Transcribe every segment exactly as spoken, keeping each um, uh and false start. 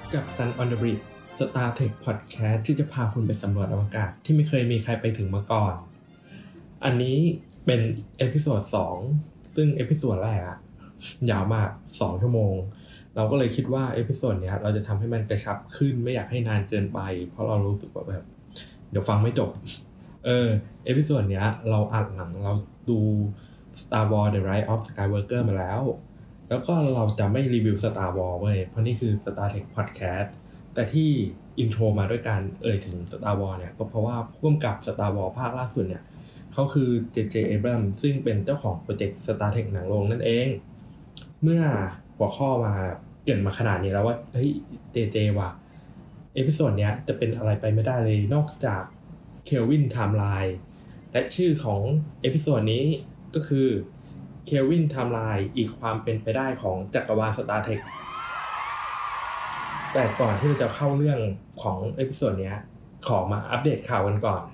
กับตัน on the bridge Star Trek Podcast ที่จะพาคุณไปสำรวจอวกาศที่ไม่เคยมีใครไปถึงมาก่อนอันนี้เป็นเอพิโซดสองซึ่งเอพิโซดแรกอะยาวมากสองชั่วโมงเราก็เลยคิดว่าเอพิโซดเนี้ยเราจะทำให้มันกระชับขึ้นไม่อยากให้นานเกินไปเพราะเรารู้สึกว่าแบบเดี๋ยวฟังไม่จบเออเอพิโซดเนี้ยเราอัดหลังเราดู Star Wars The Rise of Skywalker มาแล้วแล้วก็เราจะไม่รีวิว Star Wars เว้ยเพราะนี่คือ Star Trek Podcast แต่ที่อินโทรมาด้วยการเอ่ยถึง Star Wars เนี่ยก็เพราะว่าผู้กำกับ Star Wars ภาคล่าสุดเนี่ยเขาคือ เจ เจ Abrams ซึ่งเป็นเจ้าของโปรเจกต์ Star Trek หนังโรงนั่นเองเมื่อหัวข้อมาเกิดมาขนาดนี้แล้วว่าเฮ้ย เจ เจ ว่ะเอพิโซดเนี้ยจะเป็นอะไรไปไม่ได้เลยนอกจาก Kelvin Timeline และชื่อของเอพิโซดนี้ก็คือ Kelvin Timeline อีกความเป็นไปได้ของจักรวาล Star Trek แต่ก่อนที่เราจะเข้าเรื่องของเอพิโซดเนี้ยขอมาอัปเดตข่าวกันก่อน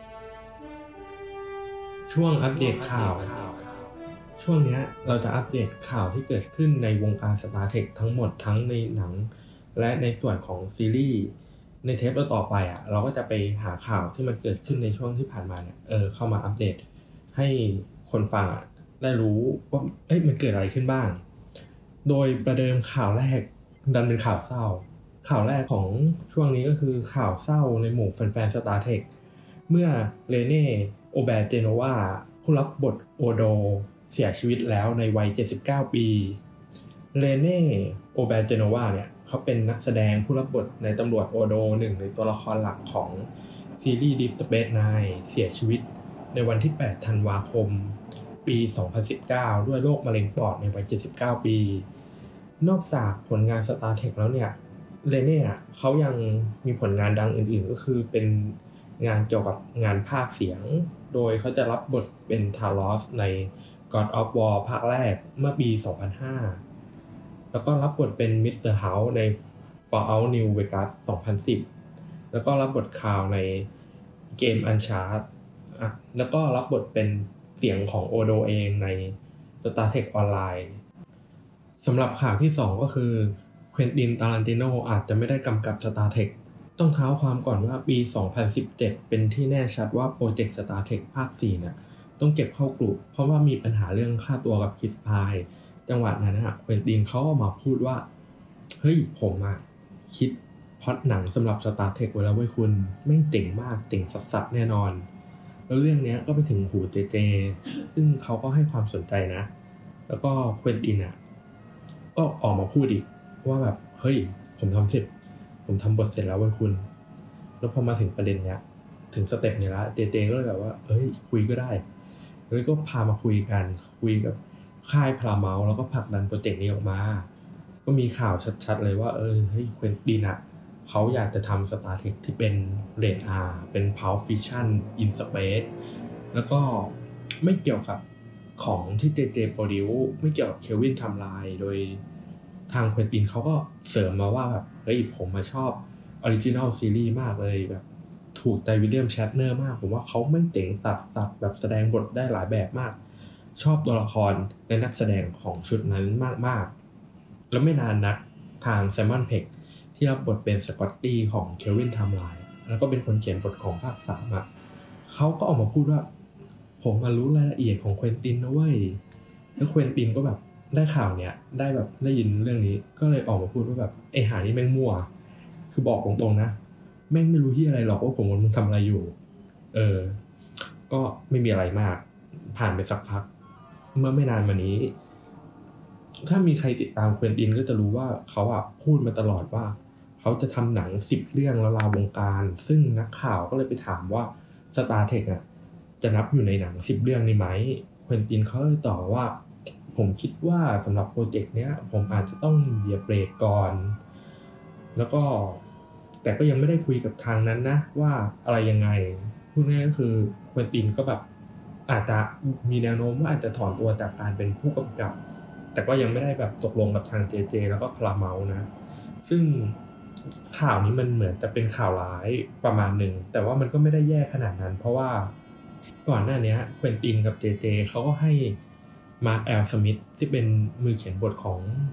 ช่วงอัปเดตข่าวช่วงนี้เราจะอัปเดตข่าวที่เกิดขึ้นในวงการ Star Trek ทั้งหมดทั้งในหนังและในส่วนของซีรีส์ในเทปต่อไปอ่ะเราก็จะไปหาข่าวที่มันเกิดขึ้นในช่วงที่ผ่านมาเนี่ยเออเข้ามาอัปเดตให้คนฟังอ่ะได้รู้ว่าเอ้ยมันเกิดอะไรขึ้นบ้างโดยประเดิมข่าวแรกดันเป็นข่าวเศร้าข่าวแรกของช่วงนี้ก็คือข่าวเศร้าในหมู่แฟนๆ Star Trek เมื่อเรเน่ โอแบร์เจโนวาผู้รับบทโอโดเสียชีวิตแล้วในวัยเจ็ดสิบเก้าปีเรเน่ โอแบร์เจโนวาเนี่ยเขาเป็นนักแสดงผู้รับบทในตำรวจโอโดหนึ่งในตัวละครหลักของซีรีส์ Deep Space Nine เสียชีวิตในวันที่แปดธันวาคมปีสองพันสิบเก้าด้วยโรคมะเร็งปอดในวัยเจ็ดสิบเก้าปีนอกจากผลงาน Star Trek แล้วเนี่ยเรเน่เขายังมีผลงานดังอื่นๆก็คือเป็นงานเกี่ยวกับงานพากย์เสียงโดยเขาจะรับบทเป็นทารอสใน God of War ภาคแรกเมื่อปีสองพันห้าแล้วก็รับบทเป็นมิสเตอร์เฮาส์ใน Fallout New Vegas สองพันสิบแล้วก็รับบทคาวในเกม Uncharted อ่ะแล้วก็รับบทเป็นเสียงของโอโดเองใน Star Trek Online สำหรับข่าวที่สองก็คือเควินติน ตารันติโนอาจจะไม่ได้กำกับ Star Trekต้องเท้าความก่อนว่าปีสองพันสิบเจ็ดเป็นที่แน่ชัดว่าโปรเจกต์ Star Trek ภาคสี่เนี่ยต้องเก็บเข้ากลุ่มเพราะว่ามีปัญหาเรื่องค่าตัวกับคริสพายจังหวะนั้นนะเควินตินเขาออกมาพูดว่าเฮ้ยผมอ่ะคิดพล็อตหนังสำหรับ Star Trek ไว้แล้วเว้ยคุณแม่งเจ๋งมากเจ๋งสัสๆแน่นอนแล้วเรื่องนี้ก็ไปถึงหูเจเจซึ่งเขาก็ให้ความสนใจนะแล้วก็เควินตินอ่ะก็ออกมาพูดอีกว่าแบบเฮ้ยผมทำเสร็จผมทำบทเสร็จแล้วเว้ยคุณแล้วพอมาถึงประเด็นเนี้ยถึงสเต็ปนี้ละเจเจก็เลยแบบว่าเอ้ยคุยก็ได้แล้วก็พามาคุยกันคุยกับค่ายพาราเมาส์แล้วก็ผลักดันโปรเจกต์นี้ออกมาก็มีข่าวชัดๆเลยว่าเออเฮ้ยเควินตินอ่ะเขาอยากจะทำ Star Trek ที่เป็นเรท R เป็น Pulp Fiction in Space แล้วก็ไม่เกี่ยวกับของที่เจเจโปรดิวซ์ไม่เกี่ยวกับเควินไทม์ไลน์โดยทางเควินตินเขาก็เสริมมาว่าแบบเฮ้ยผมมาชอบออริจินัลซีรีส์มากเลยแบบถูกใจวิลเลียมแชตเนอร์มากผมว่าเขาไม่เจ๋งสับสับแบบแสดงบทได้หลายแบบมากชอบตัวละครและนักแสดงของชุดนั้นมากๆแล้วไม่นานนักทางไซมอนเพ็กที่รับบทเป็นสกอตตี้ของเควินไทม์ไลน์แล้วก็เป็นคนเขียนบทของภาคสามอ่ะเขาก็ออกมาพูดว่าผมมารู้รายละเอียดของเควินตินนะเว้ยแล้วเควินตินก็แบบได้ข่าวเนี้ยได้แบบได้ยินเรื่องนี้ก็เลยออกมาพูดว่าแบบไอ้หานี่แม่งมั่วคือบอกตรงๆนะแม่งไม่รู้ที่อะไรหรอกว่าผมมันทำอะไรอยู่เออก็ไม่มีอะไรมากผ่านไปสักพักเมื่อไม่นานมานี้ถ้ามีใครติดตามเควินตินก็จะรู้ว่าเขาอ่ะพูดมาตลอดว่าเขาจะทำหนังสิบเรื่องละลาวงการซึ่งนักข่าวก็เลยไปถามว่า Star Trek อ่ะจะนับอยู่ในหนังสิบเรื่องนี้ไหมเควินตินเขาเลยตอบว่าผมคิดว่าสำหรับโปรเจกต์เนี้ยผมอาจจะต้องเหยียบเบรกก่อนแล้วก็แต่ก็ยังไม่ได้คุยกับทางนั้นนะว่าอะไรยังไงพูดง่ายก็คือเควินตินก็แบบอาจจะมีแนวโน้มว่าอาจจะถอนตัวจากการเป็นผู้กำกับแต่ก็ยังไม่ได้แบบตกลงกับทาง เจ เจ แล้วก็พาราเมาส์นะซึ่งข่าวนี้มันเหมือนจะเป็นข่าวร้ายประมาณหนึ่งแต่ว่ามันก็ไม่ได้แย่ขนาดนั้นเพราะว่าก่อนหน้านี้เควินตินกับ เจ เจ เขาก็ให้มาร์ค แอล สมิธที่เป็นมือเขียนบทของ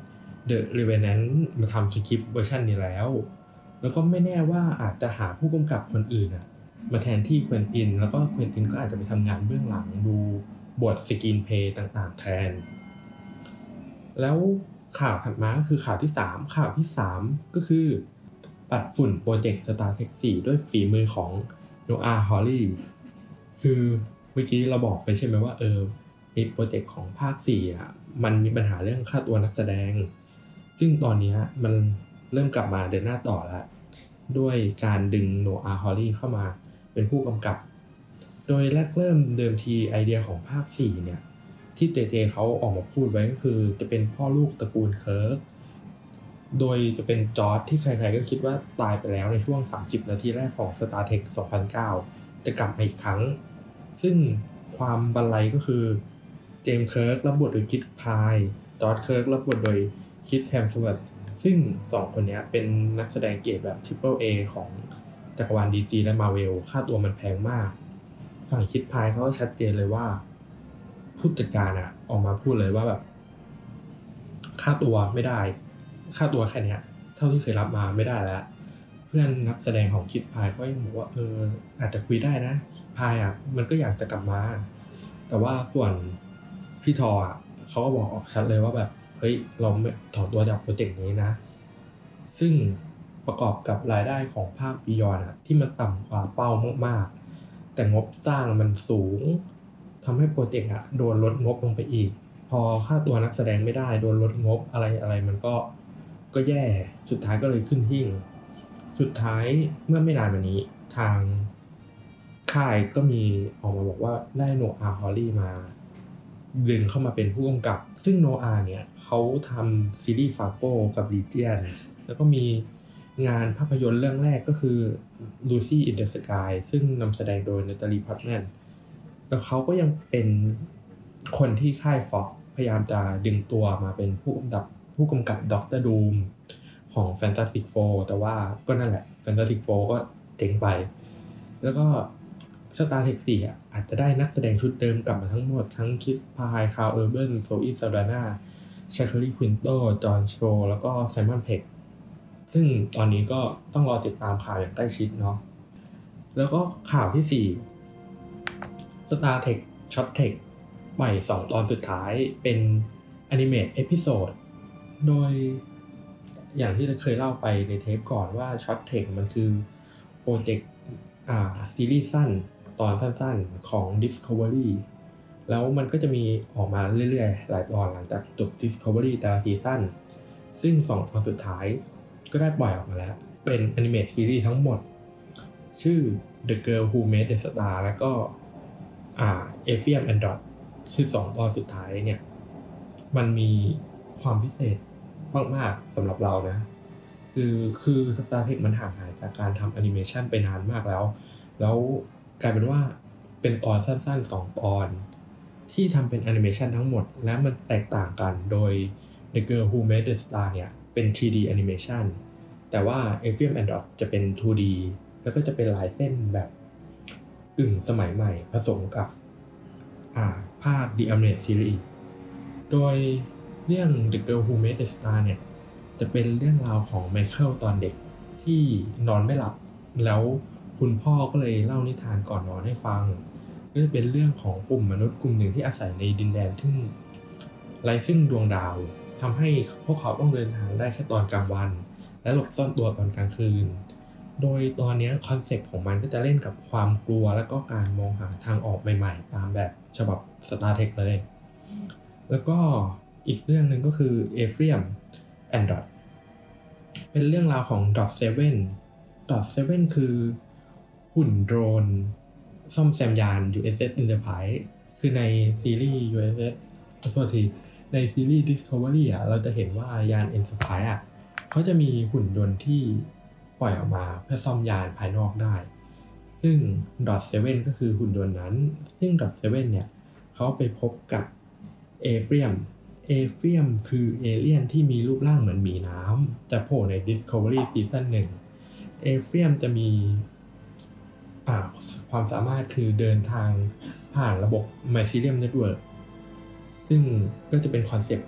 The Revenant มาทำสคริปต์เวอร์ชันนี้แล้วแล้วก็ไม่แน่ว่าอาจจะหาผู้กำกับคนอื่นอ่ะมาแทนที่เควินตินแล้วก็เควินตินก็อาจจะไปทำงานเบื้องหลังดูบทสกรีนเพลย์ต่างๆแทนแล้วข่าวถัดมาก็คือข่าวที่สามข่าวที่สามก็คือปัดฝุ่นโปรเจกต์ Star Trek สี่ด้วยฝีมือของโนอาห์ ฮอลลีคือเมื่อกี้เราบอกไปใช่ไหมว่าเออไอ้โปรเจกต์ของภาคสี่อ่ะมันมีปัญหาเรื่องค่าตัวนักแสดงซึ่งตอนนี้มันเริ่มกลับมาเดินหน้าต่อแล้วด้วยการดึงโนอาห์ ฮอลลีเข้ามาเป็นผู้กำกับโดยแรกเริ่มเดิมทีไอเดียของภาคสี่เนี่ยที่เจเจเขาออกมาพูดไว้ก็คือจะเป็นพ่อลูกตระกูลเคิร์กโดยจะเป็นจอร์จที่ใครๆก็คิดว่าตายไปแล้วในช่วงสามสิบนาทีแรกของ Star Trek สองพันเก้าจะกลับมาอีกครั้งซึ่งความบันไลก็คือเจมส์เคิร์กรับบทโดยคิดพายจอร์จเคิร์กรับบทโดยคิดแฮมสวอร์ธซึ่งสองคนนี้เป็นนักแสดงเกรดแบบ Triple A ของจักรวาล ดี ซี และ Marvel ค่าตัวมันแพงมากฝั่งคิดพายเขาก็ชัดเจนเลยว่าผู้จัดการอ่ะออกมาพูดเลยว่าแบบค่าตัวไม่ได้ค่าตัวแค่นี้เท่าที่เคยรับมาไม่ได้แล้วเพื่อนนักแสดงของคิดพายก็ยังบอกว่าเอออาจจะคุยได้นะพายอ่ะมันก็อยากจะกลับมาแต่ว่าส่วนพี่ทออ่ะเขาก็บอกออกชัดเลยว่าแบบเฮ้ยเราไม่ถอนตัวจากโปรเจกต์นี้นะซึ่งประกอบกับรายได้ของภาค Beyond อ่ะที่มันต่ำกว่าเป้ามากๆแต่งบสร้างมันสูงทำให้โปรเจกต์อ่ะโดนลดงบลงไปอีกพอค่าตัวนักแสดงไม่ได้โดนลดงบอะไรอะไรมันก็ก็แย่สุดท้ายก็เลยขึ้นหิ้งสุดท้ายเมื่อไม่นานมานี้ทางค่ายก็มีออกมาบอกว่าได้โนอาห์ ฮอลลีมาดึงเข้ามาเป็นผู้กำกับซึ่งโนอาห์เนี่ยเขาทำซีรีส์ฟาโก้กับลีเจียนแล้วก็มีงานภาพยนตร์เรื่องแรกก็คือ Lucy in the Sky ซึ่งนำแสดงโดยนาตาลี พอร์ตแมนแล้วเขาก็ยังเป็นคนที่ค่ายฟ็อกซ์พยายามจะดึงตัวมาเป็นผู้กำกับผู้กำกับด็อกเตอร์ดูมของ Fantastic Four แต่ว่าก็นั่นแหละ Fantastic Four ก็เจ๊งไปแล้วก็ Star Trek สี่อ่ะอาจจะได้นักแสดงชุดเดิมกลับมาทั้งหมดทั้งคิสพายคาร์ลเออร์เบิร์นโซอีซาดาน่าแชคเคอรีควินโตจอห์นโชแล้วก็ไซมอนเพกซึ่งตอนนี้ก็ต้องรอติดตามข่าวอย่างใกล้ชิดเนาะแล้วก็ข่าวที่สี่ Star Trek Short Trek ใหม่สองตอนสุดท้ายเป็นอนิเมตเอพิโซดโดยอย่างที่เคยเล่าไปในเทปก่อนว่า Short Trek มันคือโปรเจกต์อ่าซีรีส์สั้นตอนสั้นๆของ Discovery แล้วมันก็จะมีออกมาเรื่อยๆหลายตอนหลังจากจบ Discovery แต่ละซีซั่นซึ่งสองตอนสุดท้ายก็ได้ปล่อยออกมาแล้วเป็นอนิเมตซีรีส์ทั้งหมดชื่อ The Girl Who Made the Star แล้วก็อ่า Ephraim and Dot คือสองตอนสุดท้ายเนี่ยมันมีความพิเศษมากๆสำหรับเรานะคือคือ Star Trek มันห่างหายจากการทำแอนิเมชันไปนานมากแล้วแล้วกลายเป็นว่าเป็นตอนสั้นๆสองตอนที่ทำเป็นแอนิเมชันทั้งหมดและมันแตกต่างกันโดย The Girl Who Made the Star เนี่ยเป็น ทรี ดี Animation แต่ว่า Ephraim and Dot จะเป็น ทู ดี แล้วก็จะเป็นลายเส้นแบบกึ่งสมัยใหม่ผสมกับอ่าภาค The Animated Series โดยเรื่อง The Girl Who Made the Star เนี่ยจะเป็นเรื่องราวของไมเคิลตอนเด็กที่นอนไม่หลับแล้วคุณพ่อก็เลยเล่านิทานก่อนนอนให้ฟังก็จะเป็นเรื่องของกลุ่มมนุษย์กลุ่มหนึ่งที่อาศัยในดินแดนที่ไร้ซึ่งดวงดาวทำให้พวกเขาต้องเดินทางได้แค่ตอนกลางวันและหลบซ่อนตัวตอนกลางคืนโดยตอนนี้คอนเซ็ปต์ของมันก็จะเล่นกับความกลัวและก็การมองหาทางออกใหม่ๆตามแบบฉบับ Star Trek เลยแล้วก็อีกเรื่องหนึ่งก็คือ Ephraim and Dot เป็นเรื่องราวของ Dot เซเว่น Dot เซเว่นคือหุ่นโดรนซ่อมแซมยาน ยู เอส เอส Enterprise คือในซีรีส์ ยู เอส เอส ขอโทษทีในซีรีส์ Discovery อ่ะเราจะเห็นว่ายาน Enterprise อ่ะเขาจะมีหุ่นยนต์ที่ปล่อยออกมาเพื่อซ่อมยานภายนอกได้ซึ่ง Dot เซเว่น ก็คือหุ่นยนต์นั้นซึ่ง Dot เซเว่น เนี่ยเขาไปพบกับ Ephraim Ephraim คือเอเลี่ยนที่มีรูปร่างเหมือนหมีน้ำจะโผล่ใน Discovery ซีซั่นหนึ่ง Ephraim จะมีอ่าความสามารถคือเดินทางผ่านระบบ Mycelium Network ซึ่งก็จะเป็นคอนเซปต์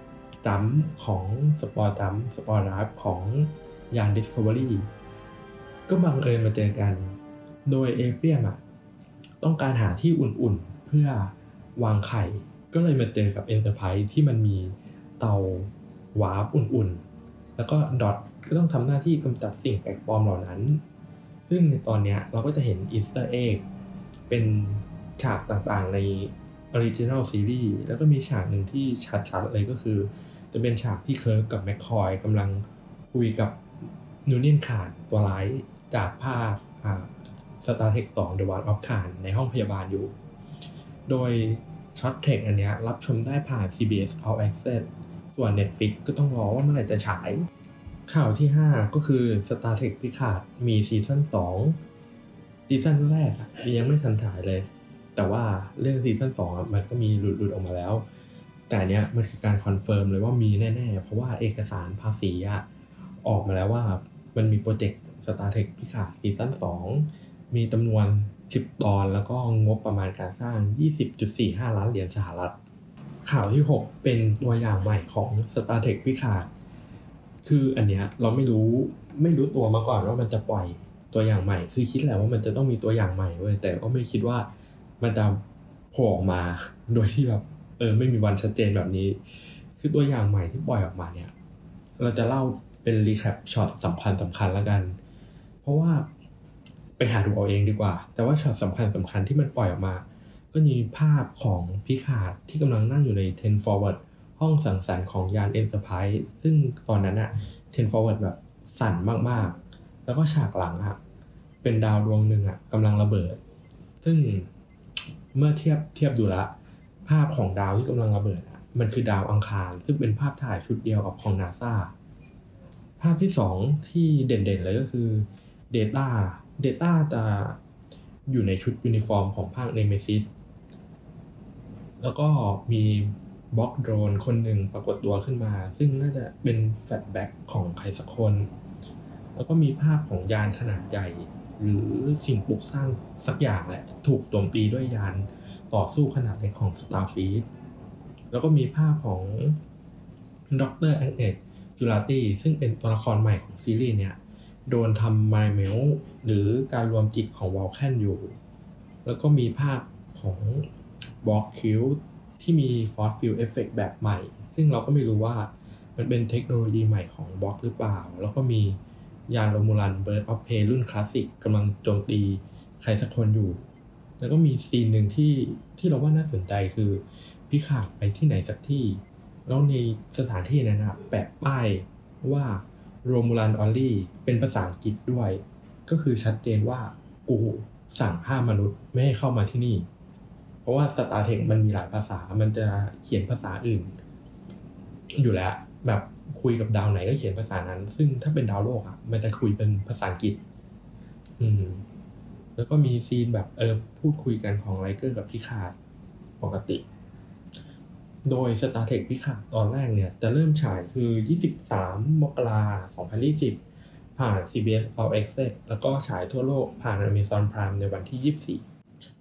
จัมป์ของสปอร์จัมป์สปอร์ดราฟของยาน Discovery ก็บังเอิญมาเจอกันโดยเอเฟียมอ่ะต้องการหาที่อุ่นๆเพื่อวางไข่ก็เลยมาเจอกับ Enterprise ที่มันมีเตาวาร์ปอุ่นๆแล้วก็ดอทก็ต้องทำหน้าที่กำจัดสิ่งแปลกปลอมเหล่านั้นซึ่งในตอนนี้เราก็จะเห็น Easter egg เป็นฉากต่างๆใน Original Series แล้วก็มีฉากหนึ่งที่ชัดๆเลยก็คือจะเป็นฉากที่เคิร์กกับแมคคอยกำลังคุยกับนูเนียนคาร์ดตัวร้ายจากภาคอ่า Star Trek ทู The Wrath of Khan ในห้องพยาบาลอยู่โดยช็อตเทคอันนี้รับชมได้ผ่าน ซี บี เอส All Access ส่วน Netflix ก็ต้องรอว่าเมื่อไหร่จะฉายข่าวที่ห้าก็คือ Star Trek Picard มีซีซั่นสองซีซั่นแรกอ่ะยังไม่ทันถ่ายเลยแต่ว่าเรื่องซีซั่นสองมันก็มีหลุดๆออกมาแล้วแต่เนี้ยมันคือการคอนเฟิร์มเลยว่ามีแน่ๆเพราะว่าเอกสารภาษีอ่ะออกมาแล้วว่ามันมีโปรเจกต์ Star Trek Picard ซีซั่นสองมีจำนวนสิบตอนแล้วก็งบประมาณการสร้าง ยี่สิบจุดสี่ห้า ล้านเหรียญสหรัฐข่าวที่หกเป็นตัวอย่างใหม่ของ Star Trek Picard คืออันเนี้ยเราไม่รู้ไม่รู้ตัวมาก่อนว่ามันจะปล่อยตัวอย่างใหม่คือคิดแหละว่ามันจะต้องมีตัวอย่างใหม่เว้ยแต่ก็ไม่คิดว่ามันจะโผล่ออกมาโดยที่แบบเออไม่มีวันชัดเจนแบบนี้คือตัวอย่างใหม่ที่ปล่อยออกมาเนี่ยเราจะเล่าเป็นรีแคปช็อตสำคัญสำคัญแล้วกันเพราะว่าไปหาดูเอาเองดีกว่าแต่ว่าช็อตสำคัญสำคัญที่มันปล่อยออกมาก็มีภาพของพิคาร์ดที่กำลังนั่งอยู่ใน เท็น Forward ห้องสังสรรค์ของยาน Enterprise ซึ่งตอนนั้นอะ เท็น Forward แบบสั่นมากๆแล้วก็ฉากหลังอะเป็นดาวดวงหนึ่งอะกำลังระเบิดซึ่งเมื่อเทียบเทียบดูละภาพของดาวที่กำลังระเบิดอะมันคือดาวอังคารซึ่งเป็นภาพถ่ายชุดเดียวกับของ NASA ภาพที่สองที่เด่นๆเลยก็คือ Data Data จะอยู่ในชุดยูนิฟอร์มของภาค Nemesis แล้วก็มีบล็อกโดรนคนหนึ่งปรากฏตัวขึ้นมาซึ่งน่าจะเป็นแฟลชแบ็กของใครสักคนแล้วก็มีภาพของยานขนาดใหญ่หรือสิ่งปลูกสร้างสักอย่างแหละถูกโจมตีด้วยยานต่อสู้ขนาดเล็กของ Starfleet แล้วก็มีภาพของดร. แองเนต จูราตีซึ่งเป็นตัวละครใหม่ของซีรีส์เนี่ยโดนทำ Mind Meld หรือการรวมจิตของวอลแคนอยู่แล้วก็มีภาพของบล็อกคิวที่มี Force Field Effect แบบใหม่ซึ่งเราก็ไม่รู้ว่ามันเป็นเทคโนโลยีใหม่ของบล็อกหรือเปล่าแล้วก็มียานโรมูลัน Bird of Prey รุ่นคลาสสิกกำลังโจมตีใครสักคนอยู่แล้วก็มีซีนหนึ่งที่ที่เราว่าน่าสนใจคือพิคาร์ดไปที่ไหนสักที่แล้วในสถานที่นั้นนะแปะป้ายว่าโรมูลันออลลี่เป็นภาษาอังกฤษด้วยก็คือชัดเจนว่ากูสั่งห้ามมนุษย์ไม่ให้เข้ามาที่นี่เพราะว่า Star Trek มันมีหลายภาษามันจะเขียนภาษาอื่นอยู่แล้วแบบคุยกับดาวไหนก็เขียนภาษานั้นซึ่งถ้าเป็นดาวโลกอ่ะมันจะคุยเป็นภาษาอังกฤษอืมแล้วก็มีซีนแบบเออพูดคุยกันของไรเกอร์กับพิคาร์ดปกติโดย Star Trek Picard ตอนแรกเนี่ยจะเริ่มฉายคือยี่สิบสามมกราคมสองพันยี่สิบผ่าน ซี บี เอส All Access แล้วก็ฉายทั่วโลกผ่าน Amazon Prime ในวันที่ยี่สิบสี่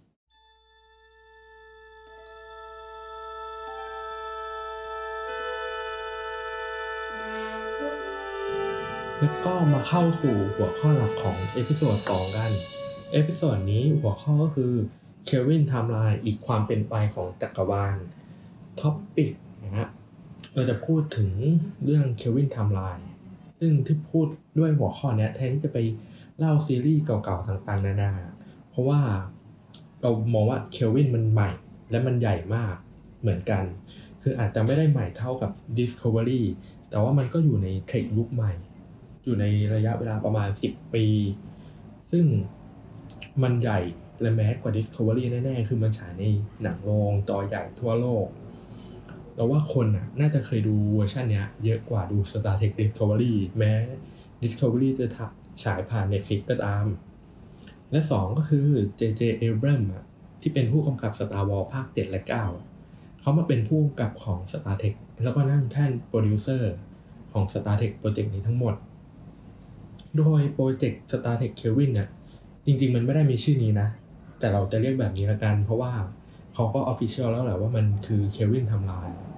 แล้วก็มาเข้าสู่หัวข้อหลักของเอพิโซดสองกันเอพิโซดนี้หัวข้อก็คือ Kelvin Timeline อีกความเป็นไปของจักรวาลท็อปิกนะฮะเราจะพูดถึงเรื่อง Kelvin Timeline ซึ่งที่พูดด้วยหัวข้อนี้แทนที่จะไปเล่าซีรีส์เก่าๆต่างๆนานาเพราะว่าเรามองว่า Kelvin มันใหม่และมันใหญ่มากเหมือนกันคืออาจจะไม่ได้ใหม่เท่ากับ Discovery แต่ว่ามันก็อยู่ในเทคยุคใหม่อยู่ในระยะเวลาประมาณสิบปีซึ่งมันใหญ่และแมสกว่า Discovery แน่ๆคือมันฉายในหนังโรงจอใหญ่ทั่วโลกเราว่าคนน่ะน่าจะเคยดูเวอร์ชันเนี้ยเยอะกว่าดู Star Trek Discovery แม้ Discovery จะฉายผ่าน Netflix ก็ตามและสองก็คือ เจ เจ Abrams อ่ะที่เป็นผู้กำกับ Star Wars ภาคเจ็ดและเก้าเขามาเป็นผู้กำกับของ Star Trek แล้วก็นั่งแท่นโปรดิวเซอร์ของ Star Trek โปรเจกต์นี้ทั้งหมดโดยโปรเจกต์ Star Trek Kelvin เนี่ยจริงๆมันไม่ได้มีชื่อนี้นะแต่เราจะเรียกแบบนี้ละกันเพราะว่าเขาก็ official แล้วแหละว่ามันคือ Kelvin Timeline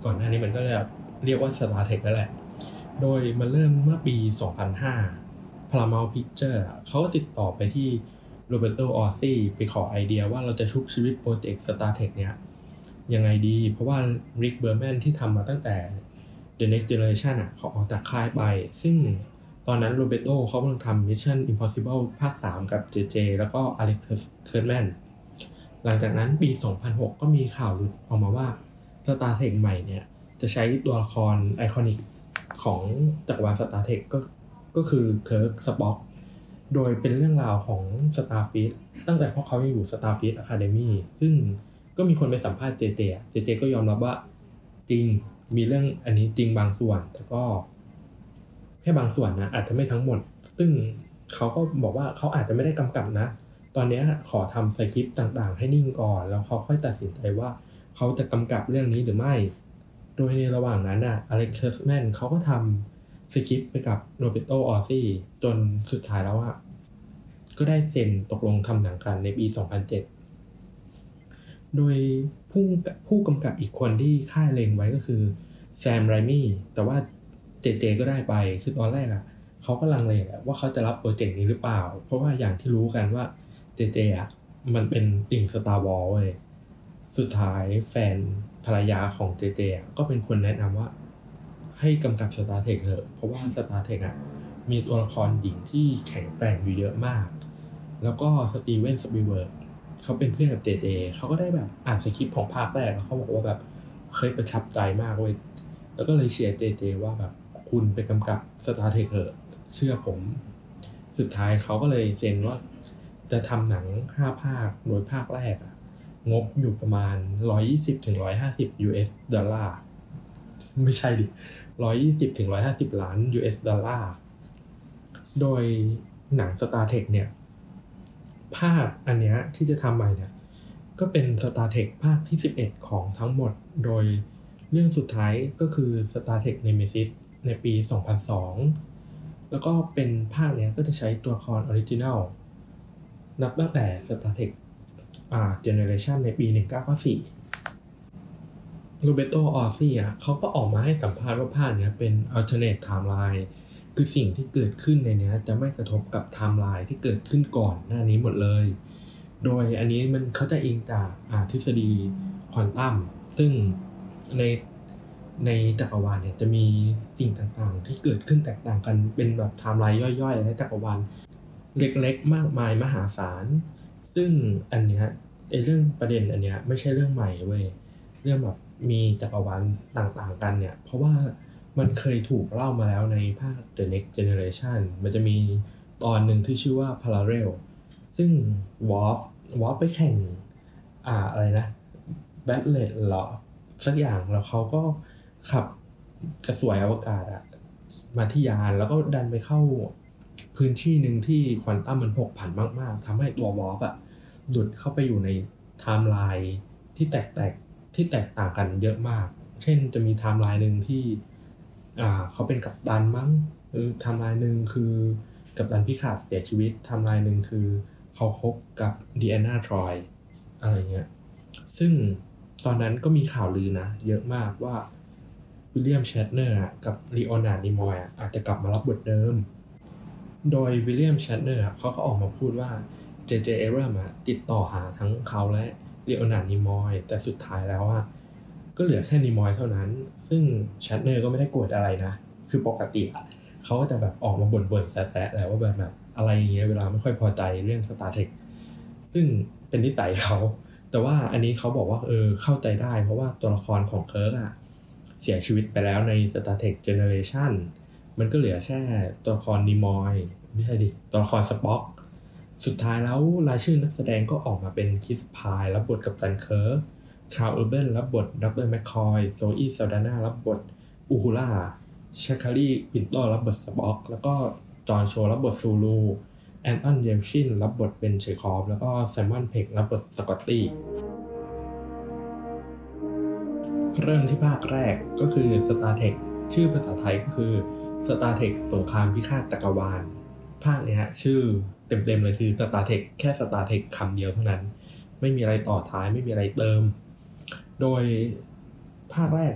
ก่อนหน้านี้มันก็เลยเรียกว่า StarTech นั่นแหละโดยมันเริ่มเมื่อปี สองพันห้า Paramount Pictures เขาก็ติดต่อไปที่โรเบร์โต ออร์ซี่ไปขอไอเดียว่าเราจะชุบชีวิตโปรเจกต์ StarTech เนี่ยยังไงดีเพราะว่า Rick Berman ที่ทำมาตั้งแต่ The Next Generation อ่ะเขาออกจากค่ายไปซึ่งตอนนั้นโรเบร์โตเขากำลังทำ Mission Impossible ภาค สาม กับ เจ เจ แล้วก็ Alex Kurtzman หลังจากนั้นปี สองพันหก ก็มีข่าวหลุดออกมาว่า StarTech ใหม่เนี่ยจะใช้ตัวละครไอคอนิกของจักรวาล StarTech ก็ก็คือเคิร์ก สป็อกโดยเป็นเรื่องราวของ Starfleet ตั้งแต่พวกเขายังอยู่ Starfleet Academy ซึ่งก็มีคนไปสัมภาษณ์เจเจเจเจก็ยอมรับว่าจริงมีเรื่องอันนี้จริงบางส่วนแต่ก็แค่บางส่วนนะอาจจะไม่ทั้งหมดซึ่งเขาก็บอกว่าเขาอาจจะไม่ได้กำกับนะตอนนี้ขอทำสคริปต์ต่างๆให้นิ่งก่อนแล้วเขาค่อยตัดสินใจว่าเขาจะกำกับเรื่องนี้หรือไม่โดยในระหว่างนั้นน่ะอเล็กซ์ เคิร์ทแมนเขาก็ทำสคริปต์ไปกับโรเบร์โต ออร์ซี่จนสุดท้ายแล้วอ่ะก็ได้เซ็นตกลงทำหนังกันในปี สองพันเจ็ด โดยผู้ผู้กำกับอีกคนที่ค่ายเล็งไว้ก็คือแซม ไรมี่แต่ว่าเจเจก็ได้ไปคือตอนแรกอ่ะเขาก็ลังเลแหละว่าเขาจะรับโปรเจกต์นี้หรือเปล่าเพราะว่าอย่างที่รู้กันว่าเจเจอ่ะมันเป็นติ่ง Star Wars เว้ยสุดท้ายแฟนภรรยาของเจเจก็เป็นคนแนะนำว่าให้กำกับ StarTech เถอะเพราะว่า StarTech อ่ะมีตัวละครหญิงที่แข็งแกร่งอยู่เยอะมากแล้วก็สตีเวน สปีลเบิร์กเขาเป็นเพื่อนกับเจเจเขาก็ได้แบบอ่านสคริปต์ของภาคแรกแล้วเขาบอกว่าแบบเคยประทับใจมากเว้ยแล้วก็เลยเชียร์เจเจว่าแบบคุณไปกำกับ StarTech เถอะเชื่อผมสุดท้ายเขาก็เลยเซ็นว่าจะทำหนังห้าภาคโดยภาคแรกอะงบอยู่ประมาณ หนึ่งร้อยยี่สิบถึงหนึ่งร้อยห้าสิบ ยู เอส ดอลลาร์ไม่ใช่ดิ หนึ่งร้อยยี่สิบถึงหนึ่งร้อยห้าสิบ ล้าน ยู เอส ดอลลาร์โดยหนัง StarTech เนี่ยภาคอันเนี้ยที่จะทำใหม่เนี่ยก็เป็น StarTech ภาคที่สิบเอ็ดของทั้งหมดโดยเรื่องสุดท้ายก็คือ StarTech Nemesis ในปี สองพันสอง แล้วก็เป็นภาคเนี้ยก็จะใช้ตัวละครออริจินัลนับตั้งแต่ StarTech อ่า Generation ในปี หนึ่งพันเก้าร้อยเก้าสิบสี่โรเบร์โต ออร์ซี่อ่ะเขาก็ออกมาให้สัมภาษณ์ว่าภาคเนี้ยเป็น alternate timeline คือสิ่งที่เกิดขึ้นในเนี้ยจะไม่กระทบกับไทม์ไลน์ที่เกิดขึ้นก่อนหน้านี้หมดเลยโดยอันนี้มันเขาจะอิงจากอ่าทฤษฎีควอนตัมซึ่งในในจักรวาลเนี่ยจะมีสิ่งต่างๆที่เกิดขึ้นแตกต่างกันเป็นแบบไทม์ไลน์ย่อยๆและจักรวาลเล็กๆมากมายมหาศาลซึ่งอันเนี้ยไอ้เรื่องประเด็นอันเนี้ยไม่ใช่เรื่องใหม่เว้ยเรื่องแบบมีจักรวาลต่างๆกันเนี่ยเพราะว่ามันเคยถูกเล่ามาแล้วในภาค The Next Generation มันจะมีตอนหนึ่งที่ชื่อว่า Parallel ซึ่ง Worf Worf ไปแข่งอ่าอะไรนะ Battle เหรอสักอย่างแล้วเขาก็ขับกระสวยอวกาศอะมาที่ยานแล้วก็ดันไปเข้าพื้นที่หนึ่งที่ควอนตัมมันผกผันมากๆทำให้ตัว Worf อะหลุดเข้าไปอยู่ในไทม์ไลน์ที่แตกแตกที่แตกต่างกันเยอะมากเช่นจะมีไทม์ไลน์หนึ่งที่อ่าเขาเป็นกัปตันมั้งหรือไทม์ไลน์หนึ่งคือกัปตันพิขาดเสียชีวิตไทม์ไลน์หนึ่งคือเขาคบกับดีแอนนา ทรอยอะไรเงี้ยซึ่งตอนนั้นก็มีข่าวลือนะเยอะมากว่าวิลเลียม แชตเนอร์กับลีโอนาร์ด นีมอยอาจจะกลับมารับบทเดิมโดยวิลเลียม แชตเนอร์เขาก็ออกมาพูดว่า เจ เจ เอเบรมส์ติดต่อหาทั้งเขาและลีโอนาร์ด นีมอยแต่สุดท้ายแล้วอ่ะก็เหลือแค่นีมอยเท่านั้นซึ่ง แชตเนอร์ก็ไม่ได้โกรธอะไรนะคือปกติอ่ะเขาก็จะแบบออกมาบ่นๆแซะๆแหละว่าแบบแบบอะไรอย่างเงี้ยเวลาไม่ค่อยพอใจเรื่อง StarTech ซึ่งเป็นนิสัยเขาแต่ว่าอันนี้เขาบอกว่าเออเข้าใจได้เพราะว่าตัวละครของเคิร์กอ่ะเสียชีวิตไปแล้วใน StarTech Generation มันก็เหลือแค่ตัวละครนีมอยไม่ใช่ดิตัวละครสป็อกสุดท้ายแล้วรายชื่อนักแสดงก็ออกมาเป็นคริส พายรับบทกัปตันเคิร์กคาร์ล เออร์เบนรับบทดรแมคคอยโซอีซาดาน่ารับบทอูฮูล่าชาคารีปินโตรับบทสป็อกแล้วก็จอห์นโชรับบทซูลูแอนตอน เยลชินรับบทเป็นเชคอฟแล้วก็ไซมอนเพกรับบทสกอตตี้เริ่มที่ภาคแรกก็คือ StarTech ชื่อภาษาไทยก็คือ StarTech สงครามพิฆาตจักรวาลภาคนี้ฮะชื่อเต็มๆเลยคือ StarTech แค่ StarTech คำเดียวเท่านั้นไม่มีอะไรต่อท้ายไม่มีอะไรเติมโดยภาคแรกเนี่ย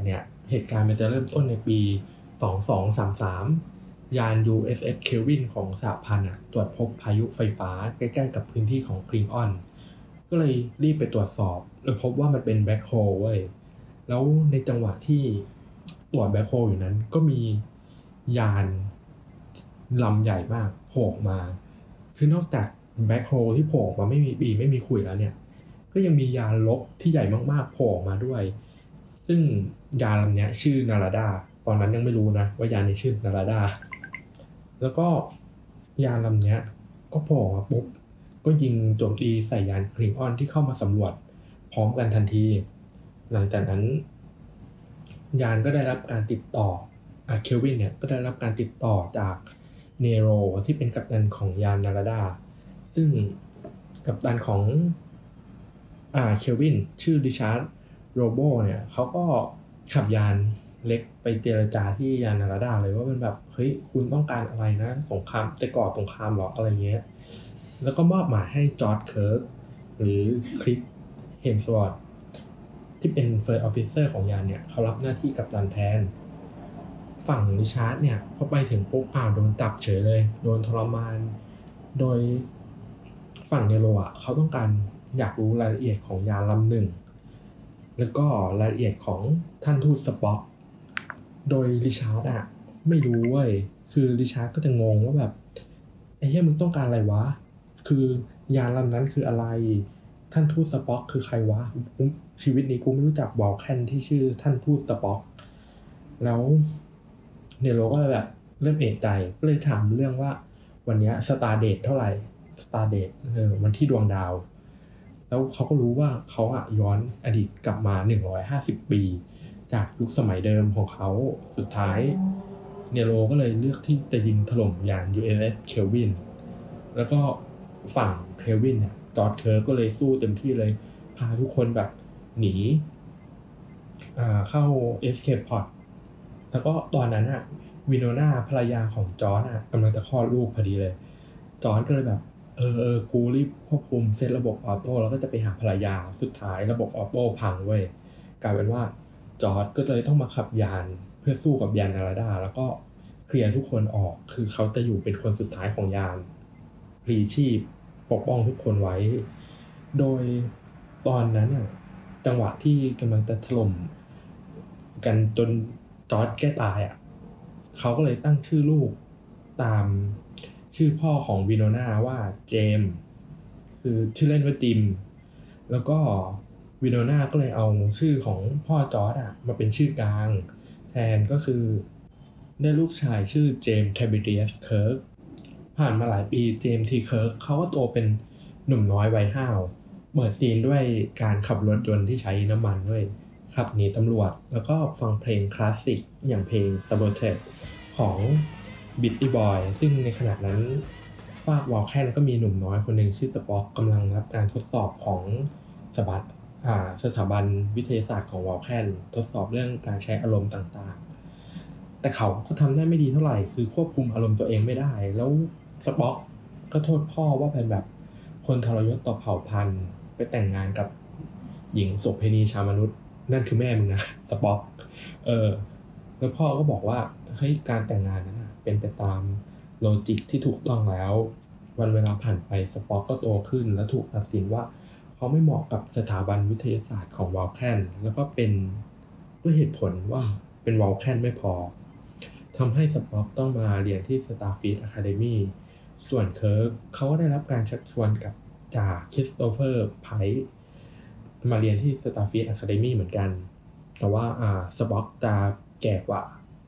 เหตุการณ์มันจะเริ่มต้นในปีสองพันสองร้อยสามสิบสามยาน ยู เอส เอส Kelvin ของสหพันธ์ตรวจพบพายุไฟฟ้าใกล้ๆกับพื้นที่ของคลิงออนก็เลยรีบไปตรวจสอบแล้วพบว่ามันเป็นแบล็คโฮลเว้ยแล้วในจังหวะที่ตรวจแบล็คโฮลอยู่นั้นก็มียานลำใหญ่มากโผล่มาคือนอกจากแบล็คโฮลที่โผล่มาไม่มีปีไม่มีขุยแล้วเนี่ยก็ยังมียานลบที่ใหญ่มากๆโผล่มาด้วยซึ่งยานลำนี้ชื่อนาราดาตอนนั้นยังไม่รู้นะว่ายานนี้ชื่อนาราดาแล้วก็ยานลำนี้ก็โผล่มาปุ๊บก็ยิงโจมตีใส่ยานคลิงออนที่เข้ามาสำรวจพร้อมกันทันทีหลังจากนั้นยานก็ได้รับการติดต่ออ่ะเคลวินเนี่ยก็ได้รับการติดต่อจากเนโรที่เป็นกัปตันของยานนาราดาซึ่งกัปตันของอ่าเคลวินชื่อริชาร์ดโรโบเนี่ยเขาก็ขับยานเล็กไปเจรจาที่ยานนาราดาเลยว่ามันแบบเฮ้ยคุณต้องการอะไรนะสงครามจะก่อสงครามหรออะไรเงี้ยแล้วก็มอบหมายให้จอร์จเคิร์กหรือคริสเฮมสวอร์ธที่เป็นเฟิร์สออฟฟิเซอร์ของยานเนี่ยเขารับหน้าที่กัปตันแทนฝั่งริชาร์ดเนี่ยพอไปถึงปุ๊บอ้าวโดนจับเฉยเลยโดนทรมานโดยฝั่งเนโรอ่ะเขาต้องการอยากรู้รายละเอียดของยานลำหนึ่งแล้วก็รายละเอียดของท่านทูตสป็อกโดยริชาร์ดอ่ะไม่รู้เว้ยคือริชาร์ดก็จะงงว่าแบบไอ้เหี้ยมึงต้องการอะไรวะคือยานลำนั้นคืออะไรท่านทูตสป็อกคือใครวะชีวิตนี้กูไม่รู้จักวอลแคนที่ชื่อท่านทูตสป็อกแล้วเนโรก็เลยแบบเริ่มเอะใจก็เลยถามเรื่องว่าวันนี้สตาร์เดทเท่าไหร่สตาร์เดทเออวันที่ดวงดาวแล้วเขาก็รู้ว่าเขาอะย้อนอดีตกลับมาหนึ่งร้อยห้าสิบปีจากยุคสมัยเดิมของเขาสุดท้ายเนโรก็เลยเลือกที่จะยิงถล่มยาน ยู เอส เอส Kelvin แล้วก็ฝั่ง Kelvin เนี่ยจอร์จเคิร์กก็เลยสู้เต็มที่เลยพาทุกคนแบบหนีอ่าเข้า Escape Pod แล้วก็ตอนนั้นอะวิโนนาภรรยาของจอร์จอะกำลังจะคลอดลูกพอดีเลยจอร์จก็เลยแบบเออเออกูรีบควบคุมเซตระบบออโต้แล้วก็จะไปหาภรรยาสุดท้ายระบบออโต้พังเว้ยกลายเป็นว่าจอร์จก็เลยต้องมาขับยานเพื่อสู้กับยานนาราดาแล้วก็เคลียร์ทุกคนออกคือเขาจะอยู่เป็นคนสุดท้ายของยานพลีชีพปกป้องทุกคนไว้โดยตอนนั้นอ่ะจังหวะที่กำลังจะถล่มกันจนจอร์จแก้ตายอ่ะเขาก็เลยตั้งชื่อลูกตามชื่อพ่อของวิโนนาว่าเจมส์คือชื่อเล่นว่าจิมแล้วก็วิโนนาก็เลยเอาชื่อของพ่อจอร์จอ่ะมาเป็นชื่อกลางแทนก็คือได้ลูกชายชื่อเจมส์เทบิเรียสเคิร์กผ่านมาหลายปีเจมส์ทีเคิร์กเขาก็โตเป็นหนุ่มน้อยวัยห้าวเปิดซีนด้วยการขับรถยนต์ที่ใช้น้ำมันด้วยขับหนีตำรวจแล้วก็ฟังเพลงคลาสสิกอย่างเพลง Sabotage ของBeastie Boys ซึ่งในขณะนั้นฝากวอลแคนก็มีหนุ่มน้อยคนหนึ่งชื่อสป็อกกำลังรับการทดสอบของสบัดอ่าสถาบันวิทยาศาสตร์ของวอลแคนทดสอบเรื่องการใช้อารมณ์ต่างๆแต่เขาก็ทำได้ไม่ดีเท่าไหร่คือควบคุมอารมณ์ตัวเองไม่ได้แล้วสป็อกก็โทษพ่อว่าเป็นแบบคนทรยศต่อเผ่าพันธุ์ไปแต่งงานกับหญิงโสเภณีชาวมนุษย์นั่นคือแม่มึงนะสป็อกเออแล้วพ่อก็บอกว่าให้การแต่งงานนั้นนะเป็นไปตามโลจิกที่ถูกต้องแล้ววันเวลาผ่านไปสป็อกก็โตขึ้นและถูกตัดสินว่าเขาไม่เหมาะกับสถาบันวิทยาศาสตร์ของวอลแคนแล้วก็เป็นด้วยเหตุผลว่าเป็นวอลแคนไม่พอทำให้สป็อกต้องมาเรียนที่ Starfleet Academy ส่วนเคิร์กเขาก็ได้รับการชักชวนกับจากคริสโตเฟอร์ไพร์มาเรียนที่ Starfleet Academy เหมือนกันแต่ว่าอ่าสป็อกจะแก่กว่า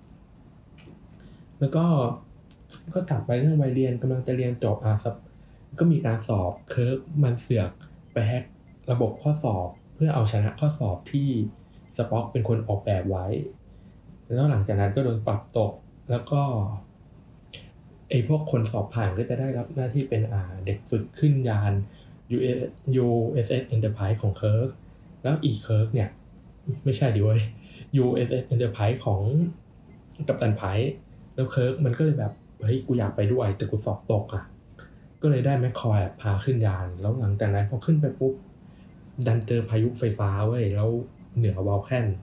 แล้วก็ก็ตัดไปเรื่องวัยเรียนกำลังจะเรียนจบอ่ะก็มีการสอบเคิร์กมันเสือกไปแฮกระบบข้อสอบเพื่อเอาชนะข้อสอบที่สป็อกเป็นคนออกแบบไว้แล้วหลังจากนั้นก็โดนปรับตกแล้วก็ไอ้พวกคนสอบผ่านก็จะได้รับหน้าที่เป็นอ่าเด็กฝึกขึ้นยาน ยู เอส ยู เอส เอส Enterprise ของเคิร์กแล้วอีเคิร์กเนี่ยไม่ใช่ดิเว้ย ยู เอส เอส Enterprise ของกัปตันไพร์แล้วเคิร์กมันก็เลยแบบเฮ้ยกูอยากไปด้วยแต่กูสอบตกอ่ะก็เลยได้แมคคอยพาขึ้นยานแล้วหลังจากนั้นพอขึ้นไปปุ๊บดันเจอพายุไฟฟ้าเว้ยแล้วเหนือวอลแคน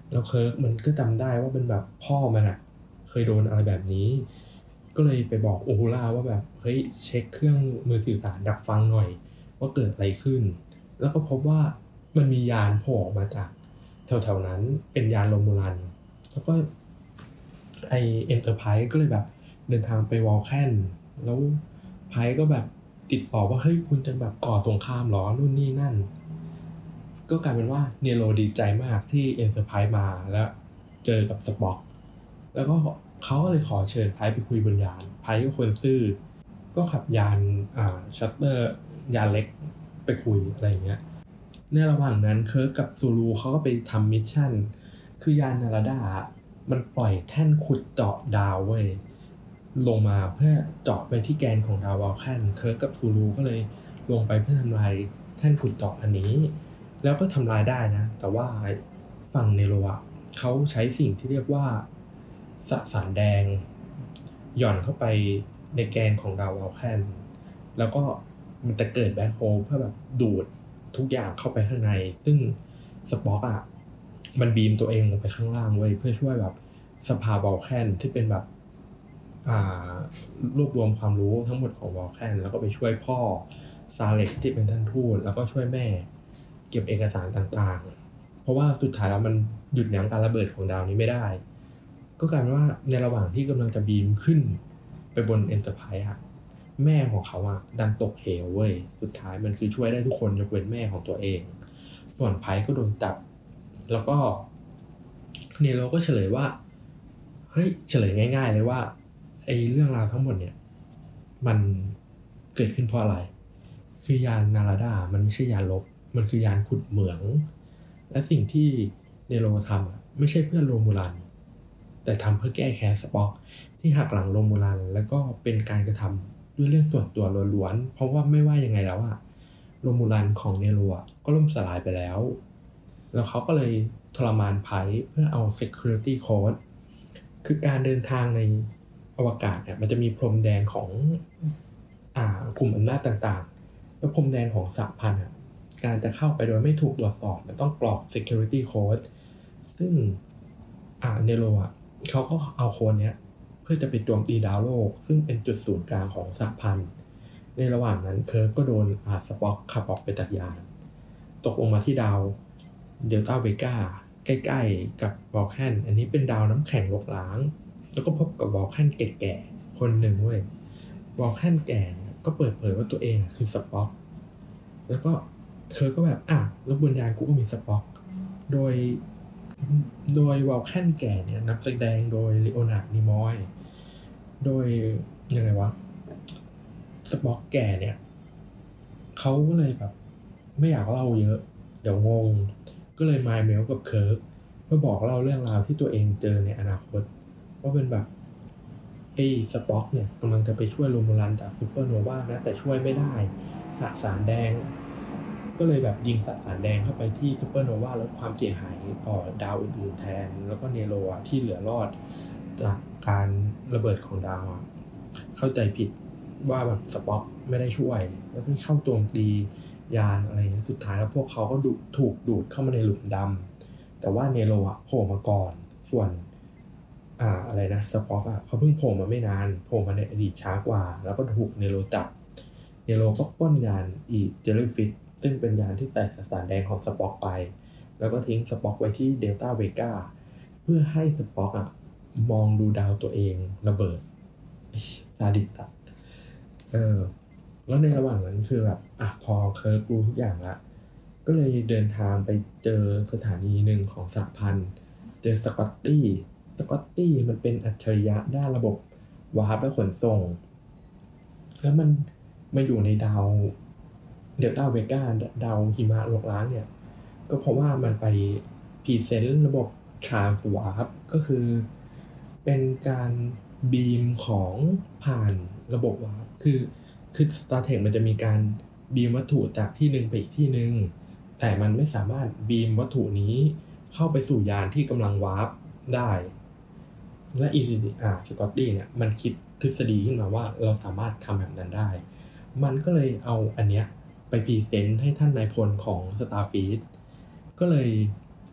แล้วเคิร์กมันก็จำได้ว่าเป็นแบบพ่อมันอะเคยโดนอะไรแบบนี้ก็เลยไปบอกอูฮูล่าว่าแบบเฮ้ยเช็คเครื่องมือสื่อสารดักฟังหน่อยว่าเกิดอะไรขึ้นแล้วก็พบว่ามันมียานโผล่ออกมาจากแถวๆนั้นเป็นยานโรมูลันแล้วก็ไอเอ็นเตอร์ไพรส์ก็เลยแบบเดินทางไปวอลแคนแล้วไพร์ก็แบบติดต่อว่าเฮ้ยคุณจะแบบก่อสงครามหรอนู่นนี่นั่นก็กลายเป็นว่าเนโรดีใจมากที่เอ็นเตอร์ไพรส์มาแล้วเจอกับสป็อกแล้วก็เขาก็เลยขอเชิญไพร์ไปคุยบนยานไพร์ก็คนซื่อก็ขับยานอ่าชัตเตอร์ยานเล็กไปคุยอะไรอย่างเงี้ยในระหว่างนั้นเคิร์กกับซูรูเขาก็ไปทำมิชชั่นคือยานนาราดามันปล่อยแท่นขุดเจาะดาวเว้ยลงมาเพื่อเจาะไปที่แกนของดาววอลแคนเคิร์กกับซูรูก็เลยลงไปเพื่อทำลายแท่นขุดเจาะอันนี้แล้วก็ทำลายได้นะแต่ว่าฝั่งเนโระเขาใช้สิ่งที่เรียกว่าสสารแดงหย่อนเข้าไปในแกนของดาววอลแคนแล้วก็มันจะเกิดแบ็คโฮลเพื่อแบบดูดทุกอย่างเข้าไปข้างในซึ่งสป็อกอ่ะมันบีมตัวเองลงไปข้างล่างไว้เพื่อช่วยแบบสภาวอลแคนที่เป็นแบบอ่ารวบรวมความรู้ทั้งหมดของวอลแคนแล้วก็ไปช่วยพ่อซาเล็กที่เป็นท่านทูตแล้วก็ช่วยแม่เก็บเอกสารต่างๆเพราะว่าสุดท้ายแล้วมันหยุดยั้งการระเบิดของดาวนี้ไม่ได้ก็กลายเป็นว่าในระหว่างที่กำลังจะบีมขึ้นไปบนเอ็นเตอร์ไพรส์อะแม่ของเขาอะดันตกเหวเว้ยสุดท้ายมันคือช่วยได้ทุกคนยกเว้นแม่ของตัวเองส่วนไพร์ก็โดนจับแล้วก็เนโรก็เฉลยว่าเฮ้ยเฉลยง่ายๆเลยว่าไอ้เรื่องราวทั้งหมดเนี่ยมันเกิดขึ้นเพราะอะไรคือยานนาราดามันไม่ใช่ยานลบมันคือยานขุดเหมืองและสิ่งที่เนโรทำอะไม่ใช่เพื่อโรมูลันแต่ทำเพื่อแก้แค้นสป็อกที่หักหลังโรมูลันแล้วก็เป็นการกระทำด้วยเรื่องส่วนตัวล้วนๆเพราะว่าไม่ว่ายังไงแล้วอะโรมูลันของเนโรอะก็ล่มสลายไปแล้วแล้วเขาก็เลยทรมานไพร์เพื่อเอา security code คือการเดินทางในอวกาศเนี่ยมันจะมีพรมแดนของอ่ากลุ่มอำนาจต่างๆแล้วพรมแดนของสหพันธ์อ่ะการจะเข้าไปโดยไม่ถูกตรวจสอบมันต้องกรอก security code ซึ่งอ่าเนโรอ่ะเขาก็เอาโค้ดเนี้ยเพื่อจะไปโจมตีดาวโลกซึ่งเป็นจุดศูนย์กลางของสหพันธ์ในระหว่างนั้นเคิร์กก็โดนอ่าสป็อกขับออกไปจากยานตกลงมาที่ดาวเดลต้าเวกาใกล้ๆกับวอลแคนอันนี้เป็นดาวน้ำแข็งรกร้างแล้วก็พบกับวอลแคนแก่ๆคนหนึ่งเว้ยวอลแคนแก่ก็เปิดเผยว่าตัวเองคือสป็อกแล้วก็เคิร์กก็แบบอ่ะแล้วบนยานกูก็มีสป็อกโดยโดยวอลแคนแก่เนี่ยนักแสดงโดยลีโอนาร์ดนีมอยโดยยังไงวะสป็อกแก่เนี่ยเขาก็เลยแบบไม่อยากเล่าเยอะเดี๋ยวงงก็เลยมายเมลกับเคิร์กเพื่อบอกเล่าเรื่องราวที่ตัวเองเจอในอนาคตว่าเป็นแบบไอ้สป็อกเนี่ยกำลังจะไปช่วยโรมูลันจากซูเปอร์โนวานะแต่ช่วยไม่ได้สสารแดงก็เลยแบบยิงสสารแดงเข้าไปที่ซูเปอร์โนวาลดความเสียหายต่อดาวอื่นๆแทนแล้วก็เนโรที่เหลือรอดจากการระเบิดของดาวเข้าใจผิดว่าแบบสป็อกไม่ได้ช่วยแล้วก็เข้าโจมตียานอะไรเงี้ยสุดท้ายแล้วพวกเขาก็ดูถูกดูดเข้ามาในหลุมดำแต่ว่าเนโรอ่ะโผล่มาก่อนส่วนอ่าอะไรนะสป็อกอ่ะเขาเพิ่งโผล่มาไม่นานโผล่มาในอดีตช้ากว่าแล้วก็ถูกเนโรจับเนโรก็ปล้นยานอีเจลลี่ฟิชซึ่งเป็นยานที่แตกสสารแดงของสป็อกไปแล้วก็ทิ้งสป็อกไว้ที่เดลต้าเวกาเพื่อให้สป็อกอ่ะมองดูดาวตัวเองระเบิดซาดิสตัดเออแล้วในระหว่างนั้นคือแบบอ่ะพอเคิร์กรู้ทุกอย่างละก็เลยเดินทางไปเจอสถานีหนึ่งของสหพันธ์เจอสกอตตี้สกอตตี้มันเป็นอัจฉริยะด้านระบบวาร์ปและขนส่งแล้วมันมาอยู่ในดาวเดลต้าเวกาดาวหิมะรกร้างเนี่ยก็เพราะว่ามันไปพรีเซนต์ระบบทรานส์วาร์ปก็คือเป็นการบีมของผ่านระบบวาร์ปคือคือ Star Trek มันจะมีการบีมวัตถุจากที่หนึ่งไปอีกที่หนึ่งแต่มันไม่สามารถบีมวัตถุนี้เข้าไปสู่ยานที่กำลังวาร์ปได้และอีอ่าสกอตตี้เนี่ยมันคิดทฤษฎีขึ้นมาว่าเราสามารถทำแบบนั้นได้มันก็เลยเอาอันเนี้ยไปพรีเซนต์ให้ท่านนายพลของ Starfleet ก็เลย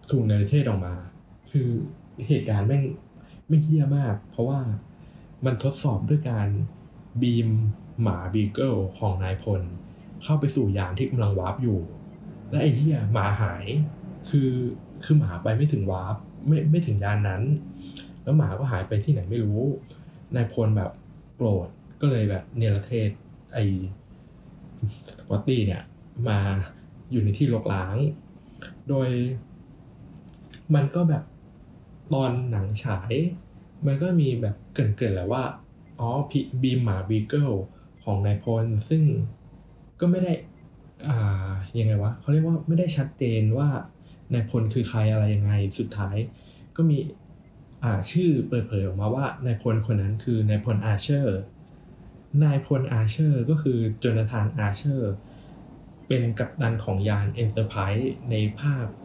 ถูกเนรเทศออกมาคือเหตุการณ์แม่งไม่เหี้ยมากเพราะว่ามันทดสอบด้วยการบีมหมาบีเกิลของนายพลเข้าไปสู่ยานที่กำลังวาร์ปอยู่และไอ้เหี้ยหมาหายคือคือหมาไปไม่ถึงวาร์ปไม่ไม่ถึงยานนั้นแล้วหมาก็หายไปที่ไหนไม่รู้นายพลแบบโกรธก็เลยแบบเนรเทศไอ้สกอตตี้เนี่ยมาอยู่ในที่รกร้างโดยมันก็แบบตอนหนังฉายมันก็มีแบบเกริ่นๆแหละว่าอ๋อบีมหมาบีเกิลของนายพลซึ่งก็ไม่ได้อ่ายังไงวะเขาเรียกว่าไม่ได้ชัดเจนว่านายพลคือใครอะไรยังไงสุดท้ายก็มีอ่าชื่อเปิดเผยออกมาว่านายพลคนนั้นคือนายพลอาร์เชอร์นายพลอาร์เชอร์ก็คือโจนาธานอาร์เชอร์เป็นกัปตันของยาน Enterprise ในภาค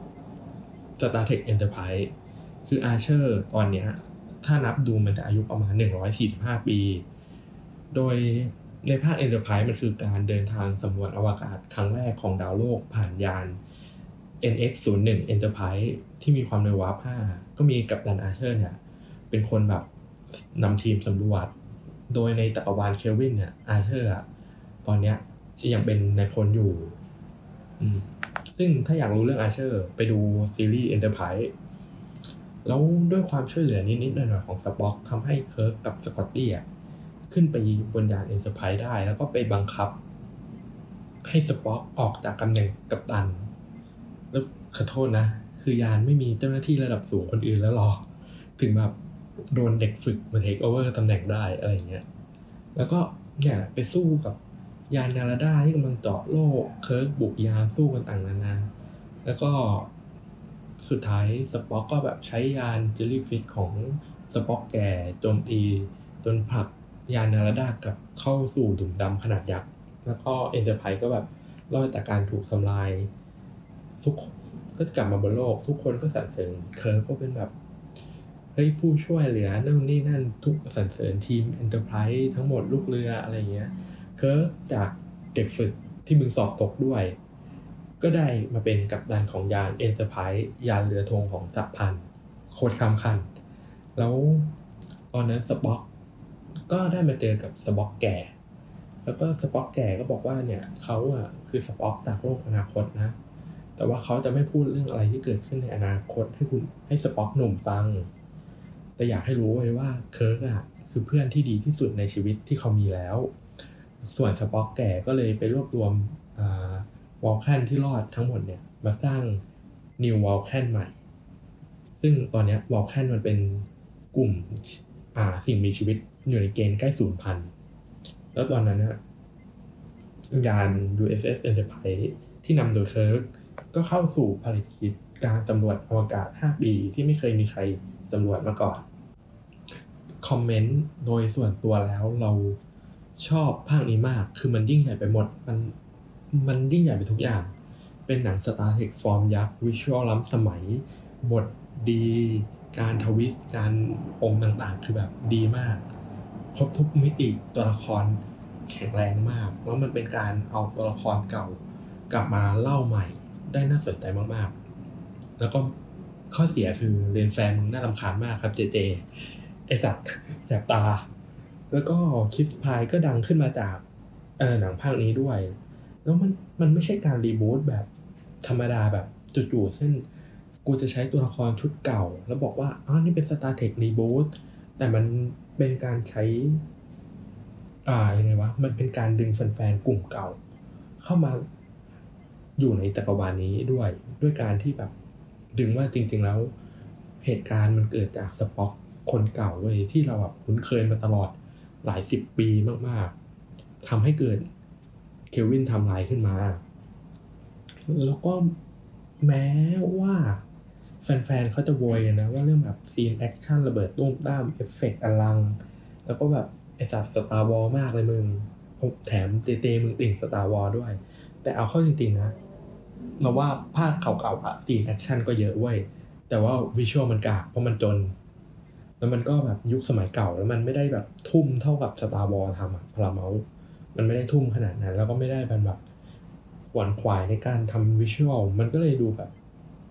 Star Trek Enterprise คืออาร์เชอร์ตอนเนี้ยถ้านับดูมันจะอายุประมาณหนึ่งร้อยสี่สิบห้าปีโดยในภาค Enterprise มันคือการเดินทางสำรวจอวกาศครั้งแรกของดาวโลกผ่านยาน เอ็น เอ็กซ์ ศูนย์หนึ่ง Enterprise ที่มีความเร็ววาร์ปห้าก็มีกัปตันอาร์เชอร์เนี่ยเป็นคนแบบนำทีมสำรวจโดยในจักรวาลเคลวินเนี่ยอาร์เชอร์อะตอนเนี้ยยังเป็นนายพลอยู่อืมซึ่งถ้าอยากรู้เรื่องอาร์เชอร์ไปดูซีรีส์ Enterprise แล้วด้วยความช่วยเหลือนิดๆหน่อยๆของสป็อกทำให้เคิร์กกับสกอตตี้อ่ะขึ้นไปบนยาน Enterprise ได้แล้วก็ไปบังคับให้สป็อกออกจากตำแหน่งกัปตันแล้วขอโทษนะคือยานไม่มีเจ้าหน้าที่ระดับสูงคนอื่นแล้วหรอถึงแบบโดนเด็กฝึกมาเทคโอเวอร์ตำแหน่งได้อะไรเงี้ยแล้วก็เนี่ยไปสู้กับยานนาราดาที่กำลังเจาะโลกเคิร์กบุกยานสู้กันต่างนานาแล้วก็สุดท้ายสป็อกก็แบบใช้ยานเจลลี่ฟิชของสป็อกแก่โจมตีจนผลักยานนาราดากลับเข้าสู่หลุมดำขนาดยักษ์แล้วก็เอ็นเตอร์ไพรส์ก็แบบรอดจากการถูกทำลายทุกก็กลับมาบนโลกทุกคนก็สรรเสริญเคิร์กก็เป็นแบบเฮ้ยผู้ช่วยเหลือนั่นนี่นั่นทุกสรรเสริญทีมเอ็นเตอร์ไพรส์ทั้งหมดลูกเรืออะไรเงี้ยเคิร์กจากเด็กฝึกที่มึงสอบตกด้วยก็ได้มาเป็นกัปตันของยาน Enterprise ยานเรือธงของสหพันธ์โคตรคำคัญแล้วตอนนั้นสป็อกก็ได้มาเจอกับสป็อกแก่แล้วก็สป็อกแก่ก็บอกว่าเนี่ยเขาอ่ะคือสป็อกจากโลกอนาคตนะแต่ว่าเขาจะไม่พูดเรื่องอะไรที่เกิดขึ้นในอนาคตให้คุณให้สป็อกหนุ่มฟังแต่อยากให้รู้ไว้ว่าเคิร์กอ่ะคือเพื่อนที่ดีที่สุดในชีวิตที่เขามีแล้วส่วนสป็อกแก่ก็เลยไปรวบรวมอ่าวอลแคนที่รอดทั้งหมดเนี่ยมาสร้างนิววอลแคนใหม่ซึ่งตอนนี้วอลแคนมันเป็นกลุ่มอ่าสิ่งมีชีวิตอยู่ในเกณฑ์ใกล้สูญพันธุ์แล้วตอนนั้นนะยาน ยู เอส เอส Enterprise ที่นำโดยเคิร์กก็เข้าสู่ภารกิจการสำรวจอวกาศห้าปีที่ไม่เคยมีใครสำรวจมาก่อนคอมเมนต์โดยส่วนตัวแล้วเราชอบภาคนี้มากคือมันยิ่งใหญ่ไปหมดมันมันยิ่งใหญ่ไปทุกอย่างเป็นหนัง Star Trek ฟอร์มยักษ์วิชวลล้ำสมัยบทดีการทวิสต์การปมต่างๆคือแบบดีมากครบทุกมิติตัวละครแข็งแรงมากแล้วมันเป็นการเอาตัวละครเก่ากลับมาเล่าใหม่ได้น่าสนใจมากๆแล้วก็ข้อเสียคือเรียนแฟนมึงน่ารำคาญมากครับเจเจไอสัตว์แสบตาแล้วก็คิสพายก็ดังขึ้นมาจากเออหนังภาคนี้ด้วยแล้วมันมันไม่ใช่การรีบูตแบบธรรมดาแบบจู่ๆเช่นกูจะใช้ตัวละครชุดเก่าแล้วบอกว่าอ๋อนี่เป็น Star Trek Reboot แต่มันเป็นการใช้อ่ายังไงวะมันเป็นการดึงแฟนๆกลุ่มเก่าเข้ามาอยู่ในจักรวาลนี้ด้วยด้วยการที่แบบดึงว่าจริงๆแล้วเหตุการณ์มันเกิดจากสป็อกคนเก่าเลยที่เราแบบคุ้นเคยมาตลอดหลายสิบปีมากๆทำให้เกิดเคลวินไทม์ไลน์ขึ้นมาแล้วก็แม้ว่าแฟนๆเขาจะโวยกันนะว่าเรื่องแบบซีนแอคชั่นระเบิดตุ้มต้ามเอฟเฟกต์อลังแล้วก็แบบไอ้จัดสตาร์วอร์มากเลยมึงแถมเตเตมึงติ่งสตาร์วอร์ด้วยแต่เอาเข้าจริงๆนะเราว่าภาคเก่าๆอะซีนแอคชั่นก็เยอะเว้ยแต่ว่าวิชวลมันกากเพราะมันจนแล้วมันก็แบบยุคสมัยเก่าแล้วมันไม่ได้แบบทุ่มเท่ากับสตาร์วอร์ทำอะพาราเมาส์มันไม่ได้ทุ่มขนาดนั้นแล้วก็ไม่ได้เป็นแบบหวนขวายในการทำวิชวลมันก็เลยดูแบบ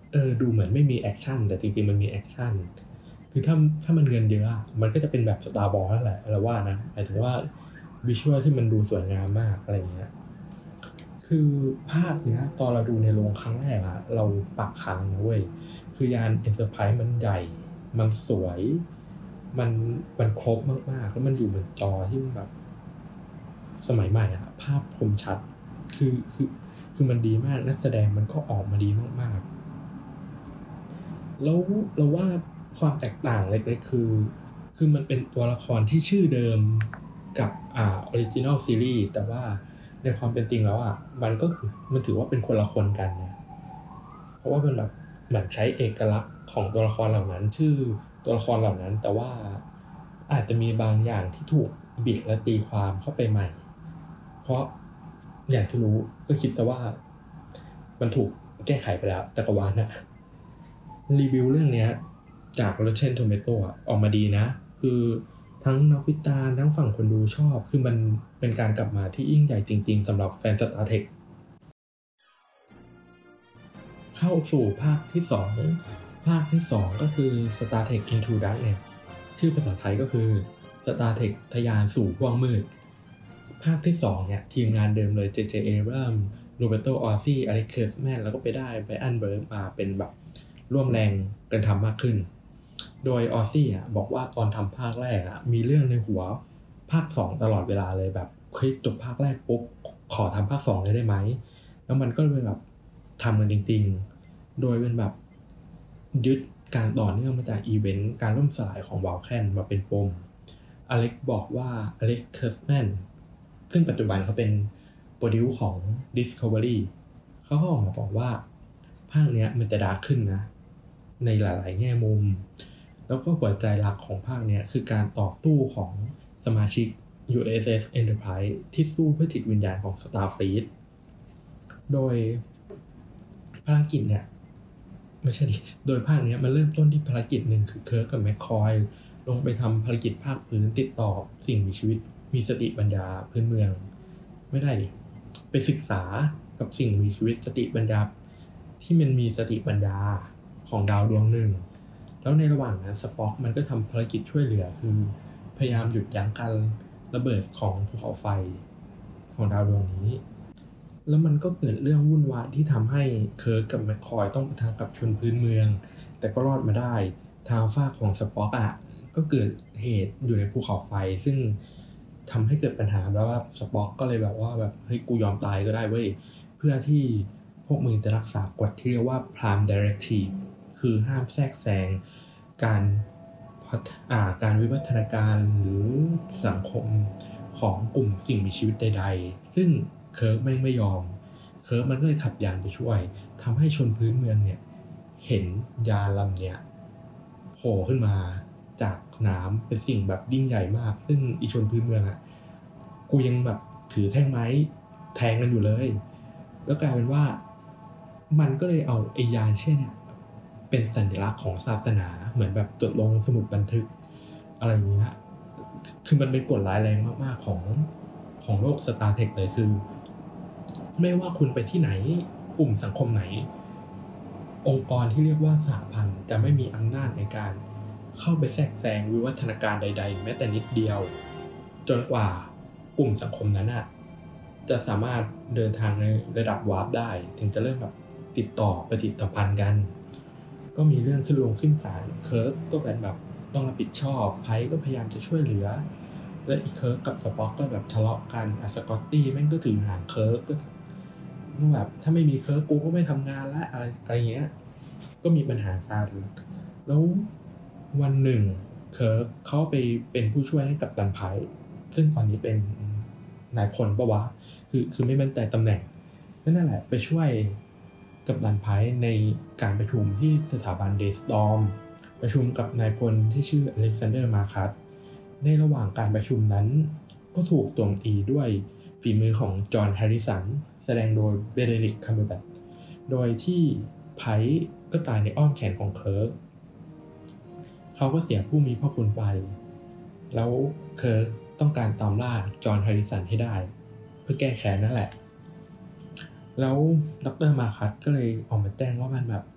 เออดูเหมือนไม่มีแอคชั่นแต่จริงๆมันมีแอคชั่นคือถ้าถ้ามันเงินเยอะมันก็จะเป็นแบบ Star Wars นั่นแหละเราว่านะหมายถึงว่าวิชวลที่มันดูสวยงามมากอะไรอย่างเงี้ยคือภาคเนี้ยตอนเราดูในโรงครั้งแรกอะเราปากค้างนะเว้ยคือยาน Enterprise มันใหญ่มันสวยมันมันครบมากๆแล้วมันอยู่บนจอที่มันแบบสมัยใหม่อะภาพคมชัดคือคือคือมันดีมากนักแสดงมันก็ออกมาดีมากๆแล้วเราว่าความแตกต่างเล็กๆคือคือมันเป็นตัวละครที่ชื่อเดิมกับอ่าออริจินอลซีรีส์แต่ว่าในความเป็นจริงแล้วอ่ะมันก็คือมันถือว่าเป็นคนละคนกันนะเพราะว่ามันแบบเหมือนใช้เอกลักษณ์ของตัวละครเหล่านั้นชื่อตัวละครเหล่านั้นแต่ว่าอาจจะมีบางอย่างที่ถูกบิดและตีความเข้าไปใหม่เพราะอย่างที่รู้ก็คิดซะว่ามันถูกแก้ไขไปแล้วจักรวาลน่ะรีวิวเรื่องเนี้ยจาก Rotten Tomato อ่ะออกมาดีนะคือทั้งนักวิจารณ์ทั้งฝั่งคนดูชอบคือมันเป็นการกลับมาที่ยิ่งใหญ่จริงๆสำหรับแฟน Star Trek เข้าสู่ภาคที่สองภาคที่สองก็คือ Star Trek Into Darkness ชื่อภาษาไทยก็คือ Star Trek ทะยานสู่ห้วงมืดภาคที่สองเนี่ยทีมงานเดิมเลย เจ เจ Abrams โรเบร์โต ออซี่ อเล็กซ์ เคอร์สแมนแล้วก็ไปได้ไบรอัน เบิร์กมาเป็นแบบร่วมแรงกันทำมากขึ้นโดยออซี่อ่ะบอกว่าตอนทำภาคแรกอ่ะมีเรื่องในหัวภาคสองตลอดเวลาเลยแบบคลิกจบภาคแรกปุ๊บขอทำภาคสองเลยได้ไหมแล้วมันก็เลยแบบทำกันจริงๆโดยเป็นแบบยึดการต่อเนื่องมาจากอีเวนต์การล่มสลายของวาลแคนมาเป็นปมอเล็กบอกว่าอเล็กซ์ เคอร์สแมนซึ่งปัจจุบันเขาเป็นโปรดิวซ์ของ Discovery เขาก็ออกมาบอกว่าภาคเนี้ยมันจะดาร์กขึ้นนะในหลายๆแง่มุมแล้วก็หัวใจหลักของภาคเนี้ยคือการต่อสู้ของสมาชิก ยู เอส เอส Enterprise ที่สู้เพื่อจิตวิญญาณของ Starfleet โดยภารกิจเนี่ยไม่ใช่ดิโดยภาคเนี้ยมันเริ่มต้นที่ภารกิจหนึ่งคือเคิร์กกับแมคคอยล์ลงไปทำภารกิจภาคพื้นติดต่อสิ่งมีชีวิตมีสติปัญญาพื้นเมืองไม่ได้ดิไปศึกษากับสิ่งมีชีวิตสติปัญญาที่มันมีสติปัญญาของดาวดวงหนึ่งแล้วในระหว่างนั้นสป็อกมันก็ทำภารกิจช่วยเหลือคือพยายามหยุดยั้งการระเบิดของภูเขาไฟของดาวดวงนี้แล้วมันก็เกิดเรื่องวุ่นวายที่ทำให้เคิร์กกับแมคคอยต้องปะทะกับชนพื้นเมืองแต่ก็รอดมาได้ทางฝั่งของสป็อกอ่ะก็เกิดเหตุอยู่ในภูเขาไฟซึ่งทำให้เกิดปัญหาแล้วว่าสป็อกก็เลยแบบว่าแบบเฮ้ยกูยอมตายก็ได้เว้ยเพื่อที่พวกมึงจะรักษากฎที่เรียกว่า Prime Directive คือห้ามแทรกแซงการอ่าการวิวัฒนาการหรือสังคมของกลุ่มสิ่งมีชีวิตใดๆซึ่งเคิร์กแม่งไม่ยอมเคิร์กมันก็เลยขับยานไปช่วยทำให้ชนพื้นเมืองเนี่ยเห็นยานลำเนี้ยโผล่ขึ้นมาจากน้ำเป็นสิ่งแบบยิ่งใหญ่มากซึ่งอีชนพื้นเมืองอ่ะกูยังแบบถือแท่งไม้แทงกันอยู่เลยแล้วกลายเป็นว่ามันก็เลยเอาไอ้ยานเช่นเนี่ยเป็นสัญลักษณ์ของศาสนาเหมือนแบบจดลงสมุดบันทึกอะไรอย่างเงี้ยคือมันเป็นกฎร้ายแรงมากๆของของโลก Star Trek เลยคือไม่ว่าคุณไปที่ไหนกลุ่มสังคมไหนองค์กรที่เรียกว่าสหพันธ์จะไม่มีอำนาจในการเข้าไปแทรกแซงวิวัฒนาการใดๆแม้แต่นิดเดียวจนกว่ากลุ่มสังคมนั้นน่ะจะสามารถเดินทางในระดับวาร์ปได้ถึงจะเริ่มแบบติดต่อปฏิสัมพันธ์กันก็มีเรื่องขึ้นลงขึ้นศาลเคิร์กก็แบบแบบต้องรับผิดชอบไพก็พยายามจะช่วยเหลือและอีเคิร์กกับสป็อกก็แบบทะเลาะกันอ่ะสกอตตี้แม่งก็ถือหางเคิร์กก็แบบถ้าไม่มีเคิร์กกูก็ไม่ทำงานละอะไรอะไรเงี้ยก็มีปัญหากันแล้ววันหนึ่งเคิร์กเขาไปเป็นผู้ช่วยให้กับตันไพซึ่งตอนนี้เป็นนายพลปะวะคือคือไม่มั่นใจตำแหน่งนั่นแหละไปช่วยกับตันไพในการประชุมที่สถาบันเดสตอมประชุมกับนายพลที่ชื่ออเล็กซานเดอร์มาคัสในระหว่างการประชุมนั้นก็ถูกโจมตีด้วยฝีมือของจอห์นแฮร์ริสันแสดงโดยเบเนดิกต์ คัมเบอร์แบทโดยที่ไพก็ตายในอ้อมแขนของเคิร์กเขาก็เสียผู้มีพระคุณไปแล้วเคิร์กต้องการตามล่าจอห์นแฮร์ริสันให้ได้เพื่อแก้แค้นนั่นแหละแล้วดร.มาคัสก็เลยออกมาแจ้งว่ามันแบบ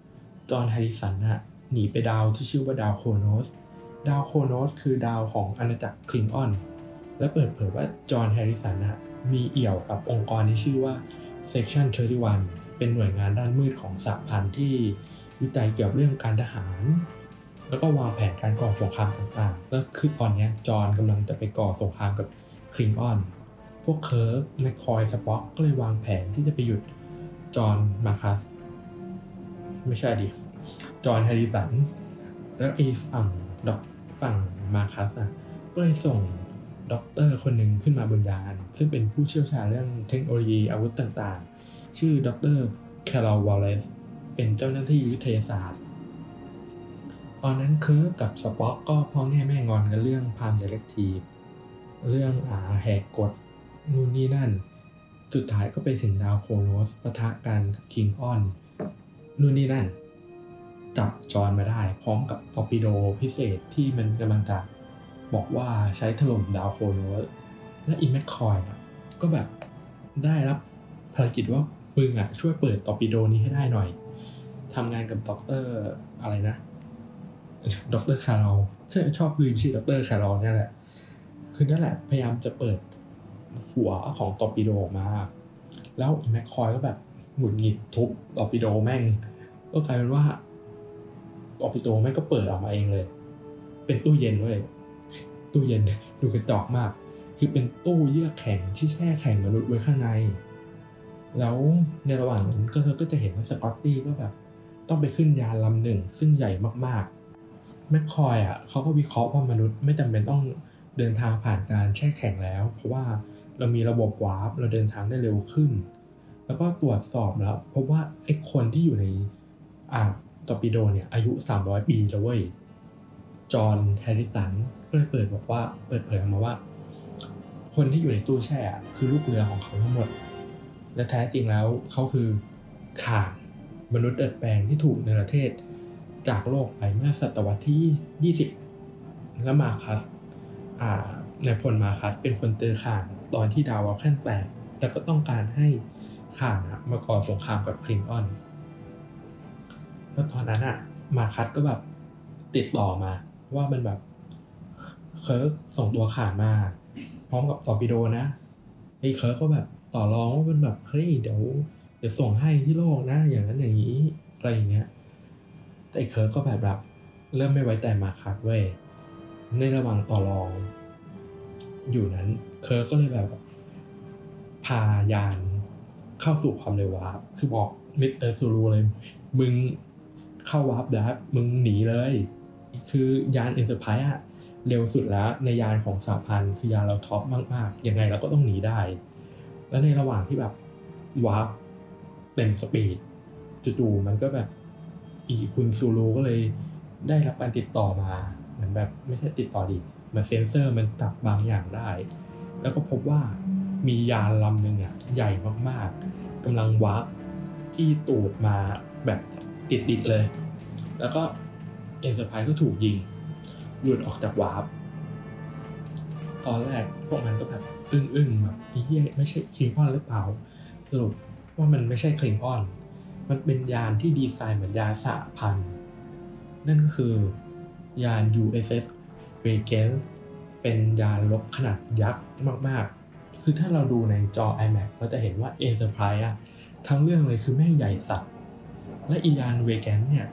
จอห์นแฮร์ริสันน่ะหนีไปดาวที่ชื่อว่าดาวโครโนสดาวโครโนสคือดาวของอาณาจักรคลิงออนและเปิดเผยว่าจอห์นแฮร์ริสันน่ะมีเอี่ยวกับองค์กรที่ชื่อว่า Section สามสิบเอ็ด เป็นหน่วยงานด้านมืดของสหพันธ์ที่วิจัยเกี่ยวกับเรื่องการทหารแล้วก็วางแผนการก่อสงครามต่างๆก็คือตอนนี้จอห์นกำลังจะไปก่อสงครามกับคลิงออนพวกเคิร์กแมคคอยสป็อกก็เลยวางแผนที่จะไปหยุดจอห์นมาคัสไม่ใช่ดิจอห์นแฮร์ริสันแล้วไอ้ฝั่งดอกฝั่งมาคัสอ่ะก็เลยส่งด็อกเตอร์คนหนึ่งขึ้นมาบนยานซึ่งเป็นผู้เชี่ยวชาญเรื่องเทคโนโลยีอาวุธต่างๆชื่อดรแคโรลวอลเลซเป็นเจ้าหน้าที่วิทยาศาสตร์ตอนนั้นเคิร์กกับสป็อกก็พ่อแง่แม่งอนกันเรื่องพามไดเรคทีฟเรื่องอาแหกกฎนู่นนี่นั่นสุดท้ายก็ไปถึงดาวโครโนสปะทะกันกับคิงออนนู่นนี่นั่นจับจอห์นมาได้พร้อมกับตอร์ปิโดพิเศษที่มันกำลังจะบอกว่าใช้ถล่มดาวโครโนสและอีแมคคอยน์ก็แบบได้รับภารกิจว่ามึงอ่ะช่วยเปิดตอร์ปิโดนี้ให้ได้หน่อยทำงานกับด็อกเตอร์อะไรนะด็อกเตอร์คาร์โรใช่ชอบลืมชื่อด็อกเตอร์คาร์โรนี่แหละคือนั่นแหละพยายามจะเปิดหัวของตอร์ปิโดออกมาแล้วอีแมคคอยก็แบบหงุดหงิดทุบตอร์ปิโดแม่งก็กลายเป็นว่าตอร์ปิโดแม่งก็เปิดออกมาเองเลยเป็นตู้เย็นด้วยตู้เย็นดูกระจอกมากคือเป็นตู้เยือกแข็งที่แช่แข็งมนุษย์ไว้ข้างในแล้วในระหว่างนั้นก็เธอก็จะเห็นว่าสกอตตี้ก็แบบต้องไปขึ้นยานลำหนึ่งซึ่งใหญ่มากๆแมคคอยอ่ะเขาก็วิเคราะห์ว่ามนุษย์ไม่จำเป็นต้องเดินทางผ่านการแช่แข็งแล้วเพราะว่าเรามีระบบวาร์ปเราเดินทางได้เร็วขึ้นแล้วก็ตรวจสอบแล้วพบว่าไอ้คนที่อยู่ในอ่าตอร์ปิโดเนี่ยอายุสามร้อยปีแล้วเว้ยจอห์นแฮร์ริสันก็เลยเปิดบอกว่าเปิดเผยออกมาว่าคนที่อยู่ในตู้แช่คือลูกเรือของเขาทั้งหมดและแท้จริงแล้วเขาคือข่านมนุษย์ดัดแปลงที่ถูกเนรเทศจากโลกไปเมื่อศตวรรษที่ยี่สิบและมาคัสอ่านายพลมาคัสเป็นคนเจอข่านตอนที่ดาววอลแคนแตกแล้วก็ต้องการให้ข่านมาก่อสงครามกับคลิงออนแล้วตอนนั้นอ่ะมาคัสก็แบบติดต่อมาว่ามันแบบเคิร์กส่งตัวข่านมาพร้อมกับตอร์ปิโดนะไอ้เคิร์กก็แบบต่อรองว่ามันแบบเฮ้ยเดี๋ยวเดี๋ยวส่งให้ที่โลกนะอย่างนั้นอย่างนี้อะไรอย่างเงี้ยแต่ไอ้เคิร์กก็แบบแบบเริ่มไม่ไว้ใจมาคัสเว้ยในระหว่างต่อรองอยู่นั้นเคิร์กก็เลยแบบพายานเข้าสู่ความเร็ววาร์ปคือบอกมิดเออร์ซูรูเลยมึงเข้าวาร์ปดับมึงหนีเลยคือยานเอ็นเตอร์ไพรส์อะเร็วสุดแล้วในยานของสหพันธ์คือยานเราท็อปมากๆยังไงเราก็ต้องหนีได้แล้วในระหว่างที่แบบวาร์ปเต็มสปีดจู่ๆมันก็แบบอีคุณซูรูก็เลยได้รับการติดต่อมาเหมือนแบบไม่ใช่ติดต่อดิมันเซ็นเซอร์มันจับบางอย่างได้แล้วก็พบว่ามียานลำหนึ่งอ่ะใหญ่มากๆกำลังวาร์ปที่ตูดมาแบบติดๆเลยแล้วก็เอ็นเตอร์ไพรส์ก็ถูกยิงหลุดออกจากวาร์ปตอนแรกพวกมันก็แบบอึ้งๆแบบไอ้เหี้ยไม่ใช่คลิงออนหรือเปล่าสรุปว่ามันไม่ใช่คลิงออนมันเป็นยานที่ดีไซน์เหมือนยานสหพันธ์นั่นก็คือยาน ยู เอส เอส Regent เป็นยานรบขนาดยักษ์มากๆคือถ้าเราดูในจอ ไอแม็กซ์ เราจะเห็นว่า Enterprise อะทั้งเรื่องเลยคือแม่งใหญ่สัสและอียาน Regent เนี่ย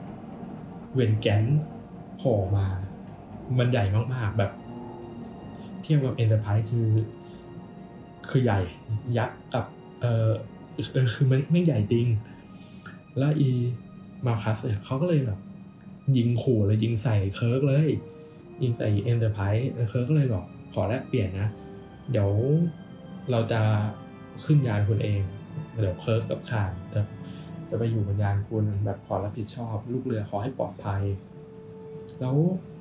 Regent โผล่มามันใหญ่มากๆแบบเทียบกับ Enterprise คือคือใหญ่ยักษ์กับเอ่อเออคือมันไม่ใหญ่จริงแล้วอีมาคัสเนี่ยเขาก็เลยแบบยิงขู่เลยยิงใส่เคิร์กเลยยิงใส่ Enterprise แล้วเคิร์กก็เลยบอกขอแลกเปลี่ยนนะเดี๋ยวเราจะขึ้นยานคุณเองเดี๋ยวเคิร์กกับข่านจะจะไปอยู่บนยานคุณแบบขอรับผิดชอบลูกเรือขอให้ปลอดภัยแล้ว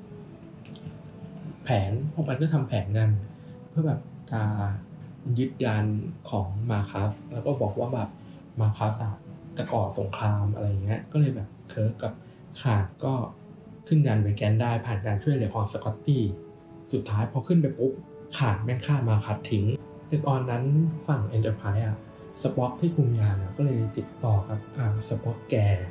แผนพวกมันก็ทำแผนกันเพื่อแบบจะยึดยานของมาคัสแล้วก็บอกว่าแบบมาคัสจะก่อสงครามอะไรเงี้ยก็เลยแบบเคิร์กกับข่านก็ขึ้นยานเวแกนได้ผ่านการช่วยเหลือของสกอตตี้สุดท้ายพอขึ้นไปปุ๊บข่านแม่งฆ่ามาคัสทิ้งในตอนนั้นฝั่ง Enterprise อ่ะสป็อกที่คุมยานก็เลยติดต่อกับอ่าสป็อกแก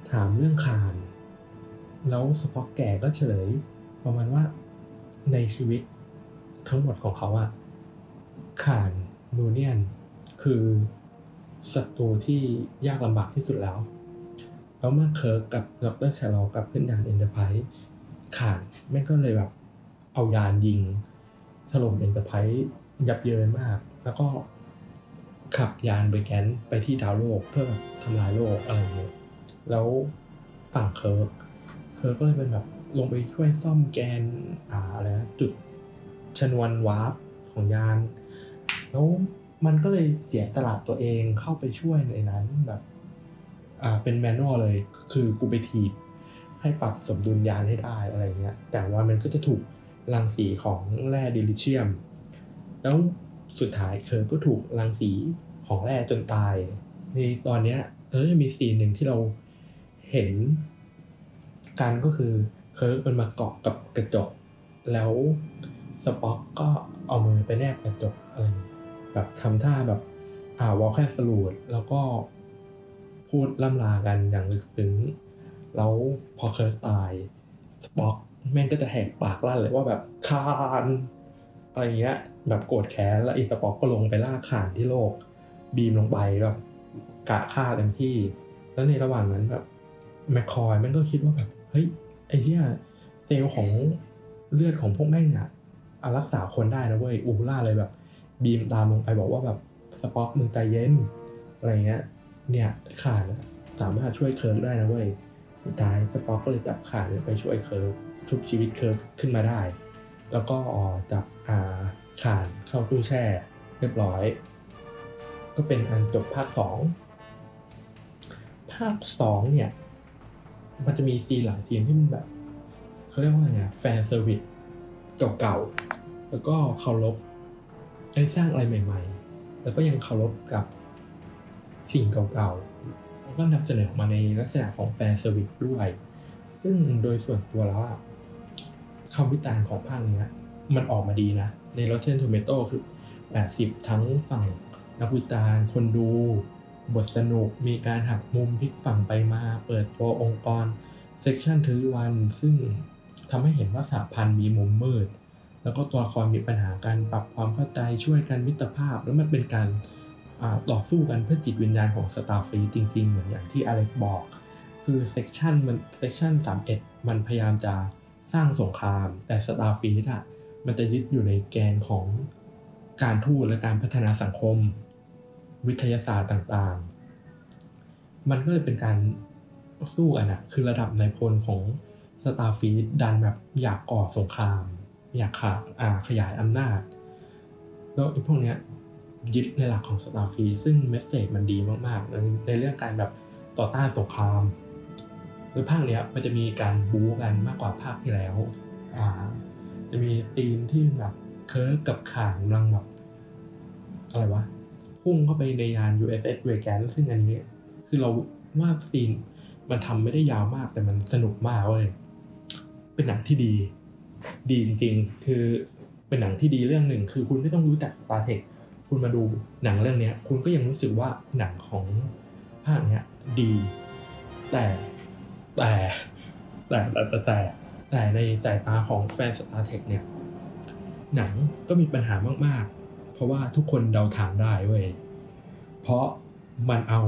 ถามเรื่องคานแล้วสป็อกแก่ก็เฉลยประมาณว่าในชีวิตทั้งหมดของเขาอะคานนูเนียนคือศัตรูที่ยากลำบากที่สุดแล้วแล้วเมื่อเคิร์กกับดร.แคโรลกลับขึ้นยานเอ็นเตอร์ไพรส์คานแม่งก็เลยแบบเอายานยิงถล่มเอ็นเตอร์ไพรส์ยับเยินมากแล้วก็ขับยานเบรแกนไปที่ดาวโลกเพื่อแบบทำลายโลกอะไรอย่างเงี้ยแล้วฝั่งเคิร์กเคิร์กก็เลยเป็นแบบลงไปช่วยซ่อมแกนอ่าอะไรนะจุดชนวนวาร์ปของยานแล้วมันก็เลยเสียสละตัวเองเข้าไปช่วยในนั้นแบบอ่าเป็นแมนนวลเลยคือกูไปถีบให้ปรับสมดุลยานให้ได้อะไรเงี้ยแต่ว่ามันก็จะถูกรังสีของแร่ดิลิเทียมแล้วสุดท้ายเคิร์กก็ถูกรังสีของแร่จนตายในตอนเนี้ยเออจะมีซีนหนึ่งที่เราเห็นกันก็คือเคิร์กมันมาเกาะกับกระจกแล้วสป็อกก็เอามือไปแนบกระจกอะไรแบบทำท่าแบบอ่าวอลแคนสลูดแล้วก็พูดล่ำลากันอย่างลึกซึ้งแล้วพอเคิร์กตายสป็อกแม่งก็จะแหกปากลั่นเลยว่าแบบคานอะไรเงี้ยแบบโกรธแค้นแล้วอีสป็อกก็ลงไปล่าคานที่โลกบีมลงไปแบบกะฆ่าเต็มที่แล้วในระหว่างนั้นแบบแมคคอยแม่งก็คิดว่าแบบเฮ้ยไอ้เหี้ยเซลล์ของเลือดของพวกแม่งอะรักษาคนได้นะเว้ยอูล่าเลยแบบบีมตามลงไปบอกว่าแบบสป็อกมึงใจเย็นอะไรเงี้ยเนี่ยขาดสามารถช่วยเคิร์กได้นะเว้ยสุดท้ายสป็อกก็เลยจับขาดไปช่วยเคิร์กชุบชีวิตเคิร์กขึ้นมาได้แล้วก็จับอ่าขาดเข้าตู้แช่เรียบร้อยก็เป็นอันจบภาคสองภาคสองเนี่ยมันจะมีซีนหลายซีนที่มันแบบเขาเรียกว่าไงแฟนเซอร์วิสเก่าๆแล้วก็เคารพได้สร้างอะไรใหม่ๆแล้วก็ยังเคารพกับสิ่งเก่าๆแล้วก็นำเสนอออกมาในลักษณะของแฟนเซอร์วิสด้วยซึ่งโดยส่วนตัวแล้วคำวิจารณ์ของภาคนี้มันออกมาดีนะใน Rotten Tomatoes คือแปดสิบทั้งฝั่งนักวิจารณ์คนดูบทสนุกมีการหักมุมพลิกฝั่งไปมาเปิดตัวองค์กร Section ทรีวัน ซึ่งทำให้เห็นว่าสหพันธ์มีมุมมืดแล้วก็ตัวละครมีปัญหาการปรับความเข้าใจช่วยกันมิตรภาพแล้วมันเป็นการต่อสู้กันเพื่อจิตวิญญาณของ Starfleet จริงๆเหมือนอย่างที่อเล็กบอกคือ Section มัน Section สามสิบเอ็ดมันพยายามจะสร้างสงครามแต่ Starfleet อ่ะมันจะยึดอยู่ในแกนของการทูตและการพัฒนาสังคมวิทยาศาสตร์ต่างๆมันก็เลยเป็นการสู้กันอ่ะคือระดับนายพลของ Starfleet ดันแบบอยากก่อสงครามอยากขาอ่าขยายอำนาจแล้วไอ้พวกเนี้ยยึดในหลักของ Starfleet ซึ่งเมสเสจมันดีมากๆในในเรื่องการแบบต่อต้านสงครามโดยภาคเนี้ยมันจะมีการบู๊กันมากกว่าภาคที่แล้วอ่าจะมีธีมที่แบบเคิร์กกับข่างกำลังแบบอะไรวะพุ่งเข้าไปในยาน ยู เอส เอส Reagan ซึ่งอันนี้คือเราว่าซีนมันทำไม่ได้ยาวมากแต่มันสนุกมากเว้ยเป็นหนังที่ดีดีจริงๆคือเป็นหนังที่ดีเรื่องหนึ่งคือคุณไม่ต้องรู้จัก Star Trek คุณมาดูหนังเรื่องนี้คุณก็ยังรู้สึกว่าหนังของภาคเนี้ยดีแต่แต่แต่แต่แต่แต่แต่ในสายตาของแฟน Star Trek เนี่ยหนังก็มีปัญหามากๆเพราะว่าทุกคนเดาทางได้เว้ยเพราะมันเอา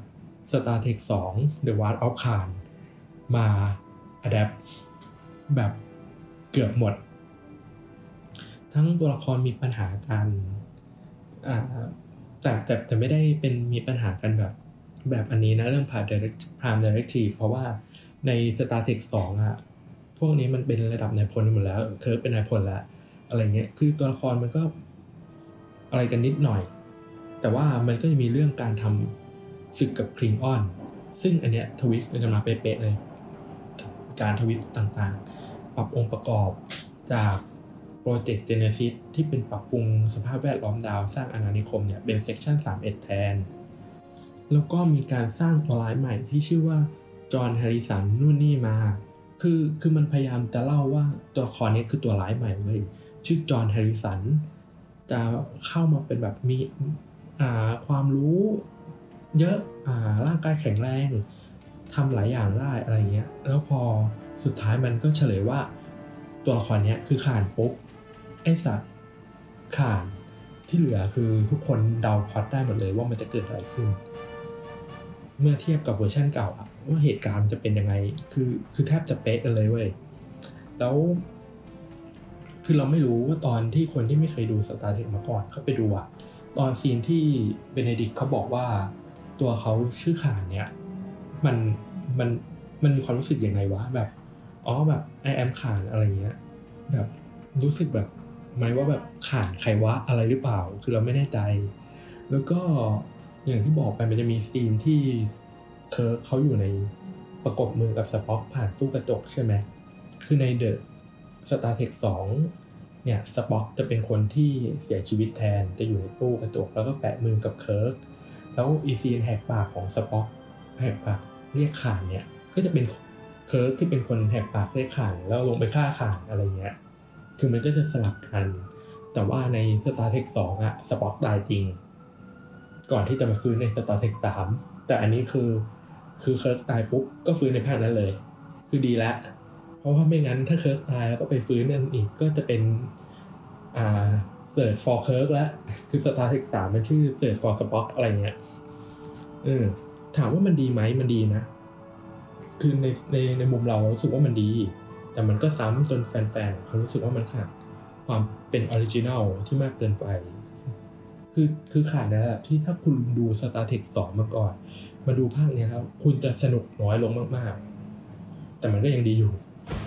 Star Trek สอง The Wrath of Khan มา adapt แบบเกือบหมดทั้งตัวละครมีปัญหากันอ่าแต่แต่แต่ไม่ได้เป็นมีปัญหากันแบบแบบอันนี้นะเรื่อง Prime Direct Prime Directive เพราะว่าใน Star Trek สองอ่ะพวกนี้มันเป็นระดับนายพลหมดแล้วเคิร์กเป็นนายพลแล้วอะไรเงี้ยคือตัวละครมันก็อะไรกันนิดหน่อยแต่ว่ามันก็จะมีเรื่องการทำศึกกับคลิงออนซึ่งอันเนี้ยทวิสต์มันจะมาเป๊ะๆเลยการทวิสต์ต่างๆปรับองค์ประกอบจากโปรเจกต์ Genesis ที่เป็นปรับปรุงสภาพแวดล้อมดาวสร้างอาณานิคมเนี่ยเป็น Section สามสิบเอ็ดแทนแล้วก็มีการสร้างตัวร้ายใหม่ที่ชื่อว่าจอห์นแฮร์ริสันนู่นนี่มาคือคือมันพยายามจะเล่าว่าตัวละครนี้คือตัวร้ายใหม่เว้ยชื่อจอห์นแฮร์ริสันจะเข้ามาเป็นแบบมีอ่าความรู้เยอะอ่าร่างกายแข็งแรงทำหลายอย่างได้อะไรเงี้ยแล้วพอสุดท้ายมันก็เฉลยว่าตัวละครเนี้ยคือข่านปุ๊บไอ้สัตว์ข่านที่เหลือคือทุกคนเดาพล็อตได้หมดเลยว่ามันจะเกิดอะไรขึ้นเมื่อเทียบกับเวอร์ชันเก่าอะว่าเหตุการณ์มันจะเป็นยังไงคือคือแทบจะเป๊ะกันเลยเว้ยแล้วคือเราไม่รู้ว่าตอนที่คนที่ไม่เคยดู Star Trek มาก่อนเขาไปดูอะตอนซีนที่เบเนดิกต์เขาบอกว่าตัวเขาชื่อข่านเนี่ยมันมันมันมีความรู้สึกยังไงวะแบบอ๋อแบบ I am ข่านอะไรเงี้ยแบบรู้สึกแบบไหมว่าแบบข่านใครวะอะไรหรือเปล่าคือเราไม่แน่ใจแล้วก็อย่างที่บอกไปมันจะมีซีนที่เคิร์กเขาอยู่ในประกบมือกับสป็อกผ่านตู้กระจกใช่ไหมคือในเดอะ Star Trek สองเนี่ยสป็อกจะเป็นคนที่เสียชีวิตแทนจะอยู่ในตู้กระจกแล้วก็แปะมือกับเคิร์กแล้วอีซีนแหกปากของสป็อกแหกปากเรียกข่านเนี่ยก็จะเป็นเคิร์กที่เป็นคนแหกปากเรียกข่านแล้วลงไปฆ่าข่านอะไรเงี้ยคือมันก็จะสลับกันแต่ว่าใน Star Trek สองอะสป็อกตายจริงก่อนที่จะมาฟื้นใน Star Trek สามแต่อันนี้คือคือเคิร์กตายปุ๊บก็ฟื้นในภาคนั้นเลยคือดีแล้วเพราะว่าไม่งั้นถ้าเคิร์กตายแล้วก็ไปฟื้นนั่นอีกก็จะเป็นอ่า Search for Kirk แล้วคือ Star Trek สามมันชื่อ Search for Spock อะไรเงี้ยเออถามว่ามันดีไหมมันดีนะคือในในในมุมเรารู้สึกว่ามันดีแต่มันก็ซ้ำจนแฟนๆเขารู้สึกว่ามันขาดความเป็นออริจินัลที่มากเกินไปคือคือขาดในระดับที่ถ้าคุณดู Star Trek สองมาก่อนมาดูภาคนี้แล้วคุณจะสนุกน้อยลงมากๆแต่มันก็ยังดีอยู่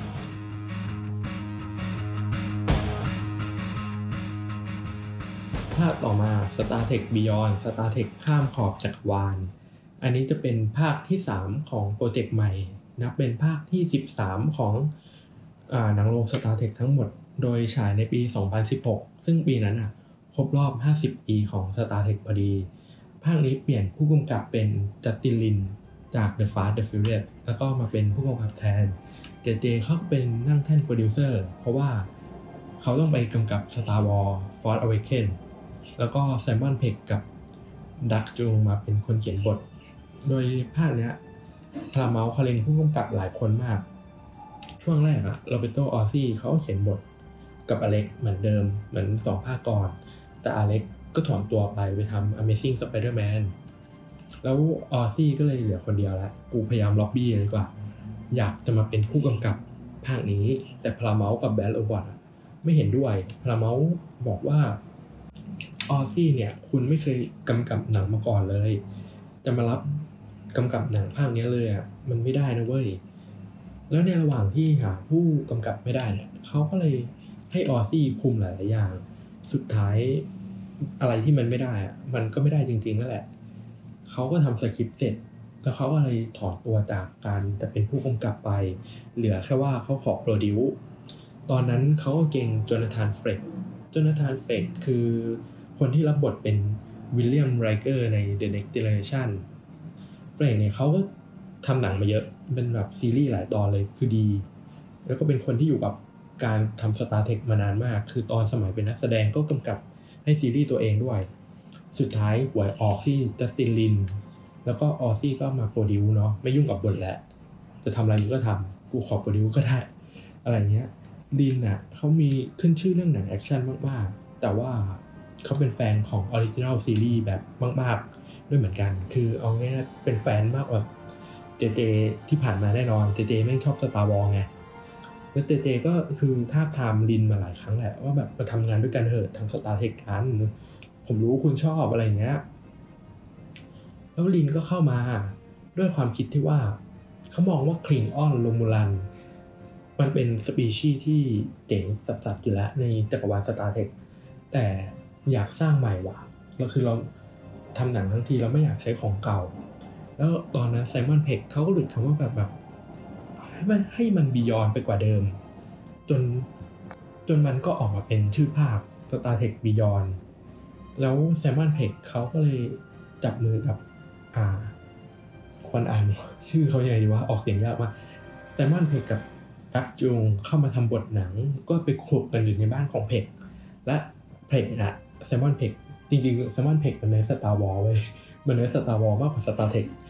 ภาคต่อมา Star Trek Beyond Star Trek ข้ามขอบจักรวาลอันนี้จะเป็นภาคที่สามของโปรเจกต์ใหม่นับเป็นภาคที่สิบสามของอ่าหนังโรง Star Trek ทั้งหมดโดยฉายในปีสองพันสิบหกซึ่งปีนั้นน่ะครบรอบห้าสิบปีของ Star Trek พอดีภาคนี้เปลี่ยนผู้กำกับเป็นจัสตินลินจาก The Fast the Furious แล้วก็มาเป็นผู้กำกับแทนเจเจเขาเป็นนั่งแท่นโปรดิวเซอร์เพราะว่าเขาต้องไปกำกับ Star Wars Force Awakens แล้วก็ไซมอนเพกกับดักจูงมาเป็นคนเขียนบทโดยภาคเนี้ยพาราเมาส์เขาเล็งผู้กำกับหลายคนมากช่วงแรกอะโรเบโต ออซี่เขาเขียนบทกับอเล็กเหมือนเดิมเหมือนสองภาคก่อนแต่อเล็กก็ถอนตัวไปไปทำ Amazing Spider-Man แล้วออซี่ก็เลยเหลือคนเดียวละกูพยายามล็อบบี้เลยดีกว่าอยากจะมาเป็นผู้กำกับภาคนี้แต่พาราเมาส์กับแบรด โอบอตไม่เห็นด้วยพาราเมาส์บอกว่าออซี่เนี่ยคุณไม่เคยกำกับหนังมาก่อนเลยจะมารับกำกับหนังภาคนี้เลยอ่ะมันไม่ได้นะเว้ยแล้วในระหว่างที่หาผู้กำกับไม่ได้เนี่ยเขาก็เลยให้ออซี่คุมหลายๆอย่างสุดท้ายอะไรที่มันไม่ได้อ่ะมันก็ไม่ได้จริงๆนั่นแหละเขาก็ทำสคริปต์เสร็จแล้วเขาก็เลยถอนตัวจากการจะเป็นผู้กำกับไปเหลือแค่ว่าเขาขอโปรดิวซ์ตอนนั้นเขาก็เก่งโจนาธานเฟร็กโจนาธานเฟร็กคือคนที่รับบทเป็นวิลเลียมไรเกอร์ใน The Next Generation เฟรกเนี่ยเขาก็ทำหนังมาเยอะเป็นแบบซีรีส์หลายตอนเลยคือดีแล้วก็เป็นคนที่อยู่กับการทำ Star Trek มานานมากคือตอนสมัยเป็นนักแสดงก็กำกับให้ซีรีส์ตัวเองด้วยสุดท้ายหวยออกที่จัสตินลินแล้วก็ออซี่ก็มาโปรดิวเนาะไม่ยุ่งกับบทแล้วจะทำอะไรมึงก็ทำกูขอโปรดิวก็ได้อะไรเงี้ยลินน่ะเขามีขึ้นชื่อเรื่องหนังแอคชั่นมากๆแต่ว่าเขาเป็นแฟนของออริจินัลซีรีส์แบบมากๆด้วยเหมือนกันคือเอาง่ายๆเป็นแฟนมากกว่าเจเจที่ผ่านมาแน่นอนเจเจไม่ชอบ Star Wars ไงแล้วเจเจก็คือทาบทามลินมาหลายครั้งแหละว่าแบบมาทำงานด้วยกันเถอะทำ Star Trek กันผมรู้คุณชอบอะไรเงี้ยแล้วลินก็เข้ามาด้วยความคิดที่ว่าเขามองว่าคลิงออนโรมูลันมันเป็นสปีชีส์ที่เจ๋งสัสๆอยู่แล้วในจักรวาล Star Trek แต่อยากสร้างใหม่ว่ะแล้วคือเราทำหนังทั้งทีเราไม่อยากใช้ของเก่าแล้วตอนนั้นไซมอนเพกเขาก็หลุดคำว่าแบบแบบให้มันให้มันบียอนไปกว่าเดิมจนจนมันก็ออกมาเป็นชื่อภาค Star Trek Beyond แล้วไซมอนเพกเขาก็เลยจับมือกับอ่าคนอ่านชื่อเขายังไงดีวะออกเสียงยากมากไซมอนเพกกับดักจุงเข้ามาทำบทหนังก็ไปคลุกกันอยู่ในบ้านของเพกและเพกอะไซมอนเพกจริงๆไซมอนเพกมันใน Star Wars เว้ยมันใน Star Wars มากกว่า Star Trek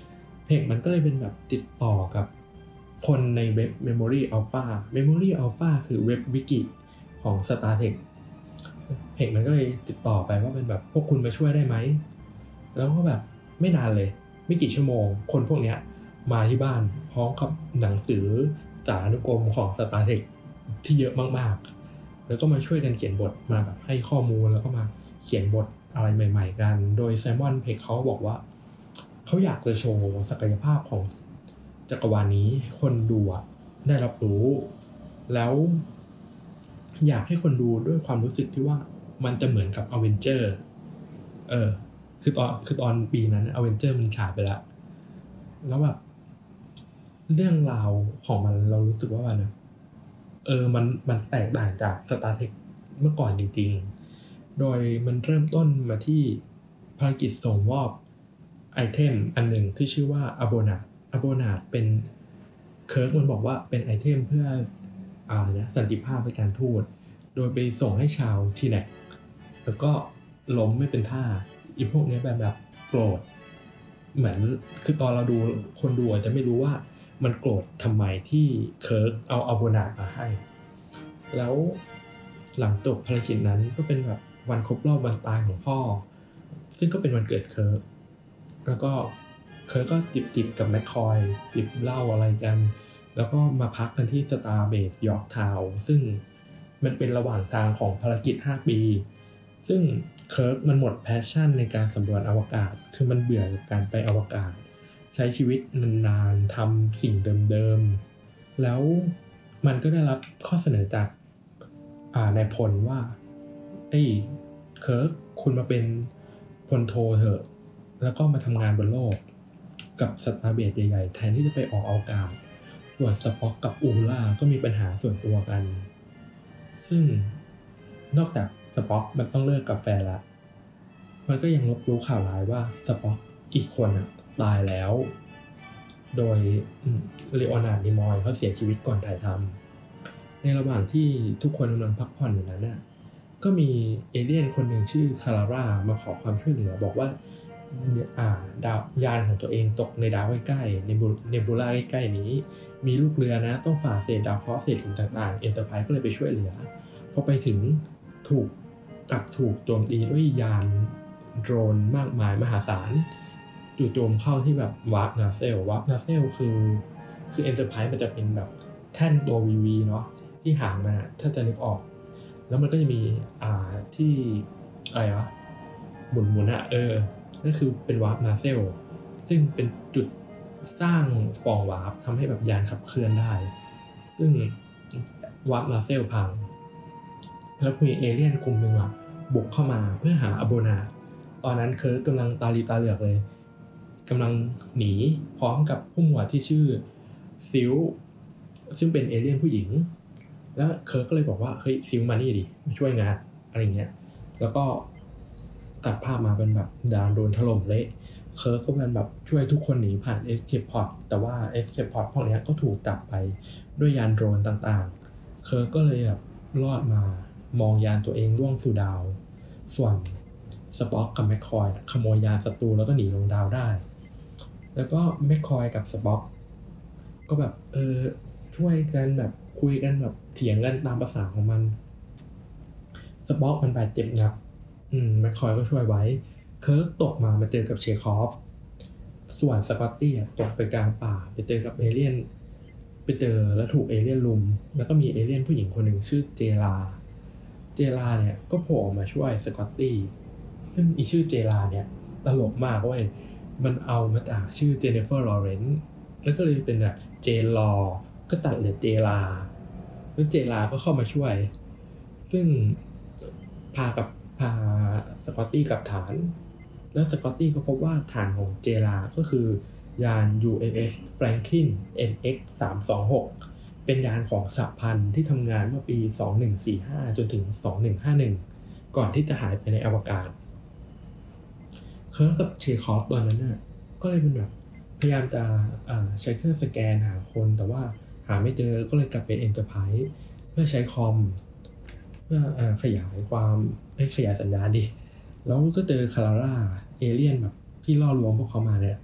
เพจมันก็เลยเป็นแบบติดต่อกับคนในเว็บ Memory Alpha Memory Alpha คือเว็บวิกิของ StarTech เพจมันก็เลยติดต่อไปว่าเป็นแบบพวกคุณมาช่วยได้ไหมแล้วก็แบบไม่นานเลยไม่กี่ชั่วโมงคนพวกเนี้ยมาที่บ้านพร้อมกับหนังสือสานุกรมของ StarTech ที่เยอะมากๆแล้วก็มาช่วยกันเขียนบทมาแบบให้ข้อมูลแล้วก็มาเขียนบทอะไรใหม่ๆกันโดย Simon Pegg เขาบอกว่าเขาอยากจะโชว์ศักยภาพของจักรวาลนี้คนดูได้รับรู้แล้วอยากให้คนดูด้วยความรู้สึกที่ว่ามันจะเหมือนกับ Avenger เออคือตอนคือตอนปีนั้น Avenger มันฉายไปแล้วแล้วแบบเรื่องราวของมันเรารู้สึกว่ามันเออมันมันแตกต่างจาก StarTech เมื่อก่อนจริงๆโดยมันเริ่มต้นมาที่ภารกิจส่งมอบไอเทมอันหนึ่งที่ชื่อว่า Abonat Abonat เป็นเคิร์กมันบอกว่าเป็นไอเทมเพื่ออ่าเนี่ยสันติภาพในการทูตโดยไปส่งให้ชาวทีแนกแล้วก็ล้มไม่เป็นท่าอีพวกนี้แบบแบบโกรธเหมือนคือตอนเราดูคนดูอาจจะไม่รู้ว่ามันโกรธทำไมที่เคิร์กเอาอัลโบนาตมาให้แล้วหลังจบภารกิจนั้นก็เป็นแบบวันครบรอบวันตายของพ่อซึ่งก็เป็นวันเกิดเคิร์กแล้วก็เคิร์กก็จิบๆกับแมคคอยจิบเหล้าอะไรกันแล้วก็มาพักกันที่สตาร์เบสยอร์กทาวน์ซึ่งมันเป็นระหว่างทางของภารกิจห้าปีซึ่งเคิร์กมันหมดแพชชั่นในการสำรวจอวกาศคือมันเบื่อกับการไปอวกาศใช้ชีวิตนานๆทำสิ่งเดิมๆแล้วมันก็ได้รับข้อเสนอจากอ่านายพลว่าเอ้ยเคิร์กคุณมาเป็นพลโทเถอะแล้วก็มาทำงานบนโลกกับสตาร์เบสใหญ่ๆแทนที่จะไปออกอวกาศส่วนสป็อกกับอูล่าก็มีปัญหาส่วนตัวกันซึ่งนอกจากสป็อกมันต้องเลิกกับแฟนละมันก็ยังรับรู้ข่าวร้ายว่าสป็อกอีกคนอ่ะตายแล้วโดยเลโอนาร์ด นิมอยเขาเสียชีวิตก่อนถ่ายทำในระหว่างที่ทุกคนกำลังพักผ่อนอยู่นั้นน่ะก็มีเอเลี่ยนคนหนึ่งชื่อคาราร่ามาขอความช่วยเหลือบอกว่าอ่าดาวยานของตัวเองตกในดาวใกล้ๆในเนบูล่าใกล้ๆนี้มีลูกเรือนะต้องฝ่าเศษดาวเคราะห์เศษหินต่างๆเอ็นเตอร์ไพรส์ก็เลยไปช่วยเหลือพอไปถึงถูกกลับถูกโจมตีด้วยยานโดรนมากมายมหาศาลจู่โจมเข้าที่แบบวาร์ปนาเซลวาร์ปนาเซลคือคือเอ็นเตอร์ไพรส์มันจะเป็นแบบแท่นตัว วี วี เนาะที่หางมาถ้าจะนึกออกแล้วมันก็จะมีอ่าที่อะไรวะหมุนๆอ่ะเออนั่นคือเป็นวาร์ปนาเซลซึ่งเป็นจุดสร้างฟองวาร์ปทำให้แบบยานขับเคลื่อนได้ซึ่งวาร์ปนาเซลพังแล้วมีเอเลี่ยนกลุ่มหนึ่งอ่ะบุกเข้ามาเพื่อหาอโบนาตอนนั้นเคิร์กกำลังตาลีตาเหลือกเลยกำลังหนีพร้อมกับผู้หมวดที่ชื่อซิลซึ่งเป็นเอเลี่ยนผู้หญิงแล้วเคิร์กก็เลยบอกว่าเฮ้ยซิลมานี่ดิมาช่วยงานอะไรเงี้ยแล้วก็ตัดภาพมาเป็นแบบดานโดนถล่มเละเคิร์กก็เป็นแบบช่วยทุกคนหนีผ่าน Escape Pod แต่ว่า Escape Pod พวกนี้ก็ถูกจับไปด้วยยานโดรนต่างๆเคิร์กก็เลยแบบรอดมามองยานตัวเองล่วงสู่ดาวส่วนสป็อกกับแมคคอยขโมยยานศัตรูแล้วก็หนีลงดาวได้แล้วก็แมคคอยกับสป็อกก็แบบเออช่วยกันแบบคุยกันแบบเถียงกันตามภาษาของมันสป็อกมันบาดเจ็บหนักอืมแมคคอยก็ช่วยไว้เคิร์กตกมามาเจอกับเชคอฟส่วนสกอตตี้ตกไปกลางป่าไปเจอกับเอเลี่ยนไปเจอแล้วถูกเอเลี่ยนลุมแล้วก็มีเอเลี่ยนผู้หญิงคนหนึ่งชื่อเจลาเจลาเนี่ยก็โผล่มาช่วยสกอตตี้ซึ่งอีชื่อเจลาเนี่ยตลกมากเว้ยมันเอามาจากชื่อเจเนฟเฟอร์ลอเรนซ์แล้วก็เลยเป็นแบบเจลอก็ตัดเหลือเจลาแล้วเจลาก็เข้ามาช่วยซึ่งพากับพาสกอตตี้กับฐานแล้วสกอตตี้ก็พบว่าฐานของเจลาก็คือยาน ยู เอ็น เอส Franklin เอ็น เอ็กซ์ สามสองหก เป็นยานของสหพันธ์ที่ทำงานเมื่อปีสองพันหนึ่งร้อยสี่สิบห้าจนถึงสองพันหนึ่งร้อยห้าสิบเอ็ดก่อนที่จะหายไปในอวกาศเคิร์กกับเชคอฟตอนนั้นน่ะก็เลยเป็นแบบพยายามจะใช้เครื่องสแกนหาคนแต่ว่าหาไม่เจอก็เลยกลับเป็นเอ็นเตอร์ไพรส์เพื่อใช้คอมเพื่อขยายความให้ขยายสัญญาณดิแล้วก็เจอคาราร่าเอเลี่ยนแบบที่ล่อลวงพวกเขามาเนี่ย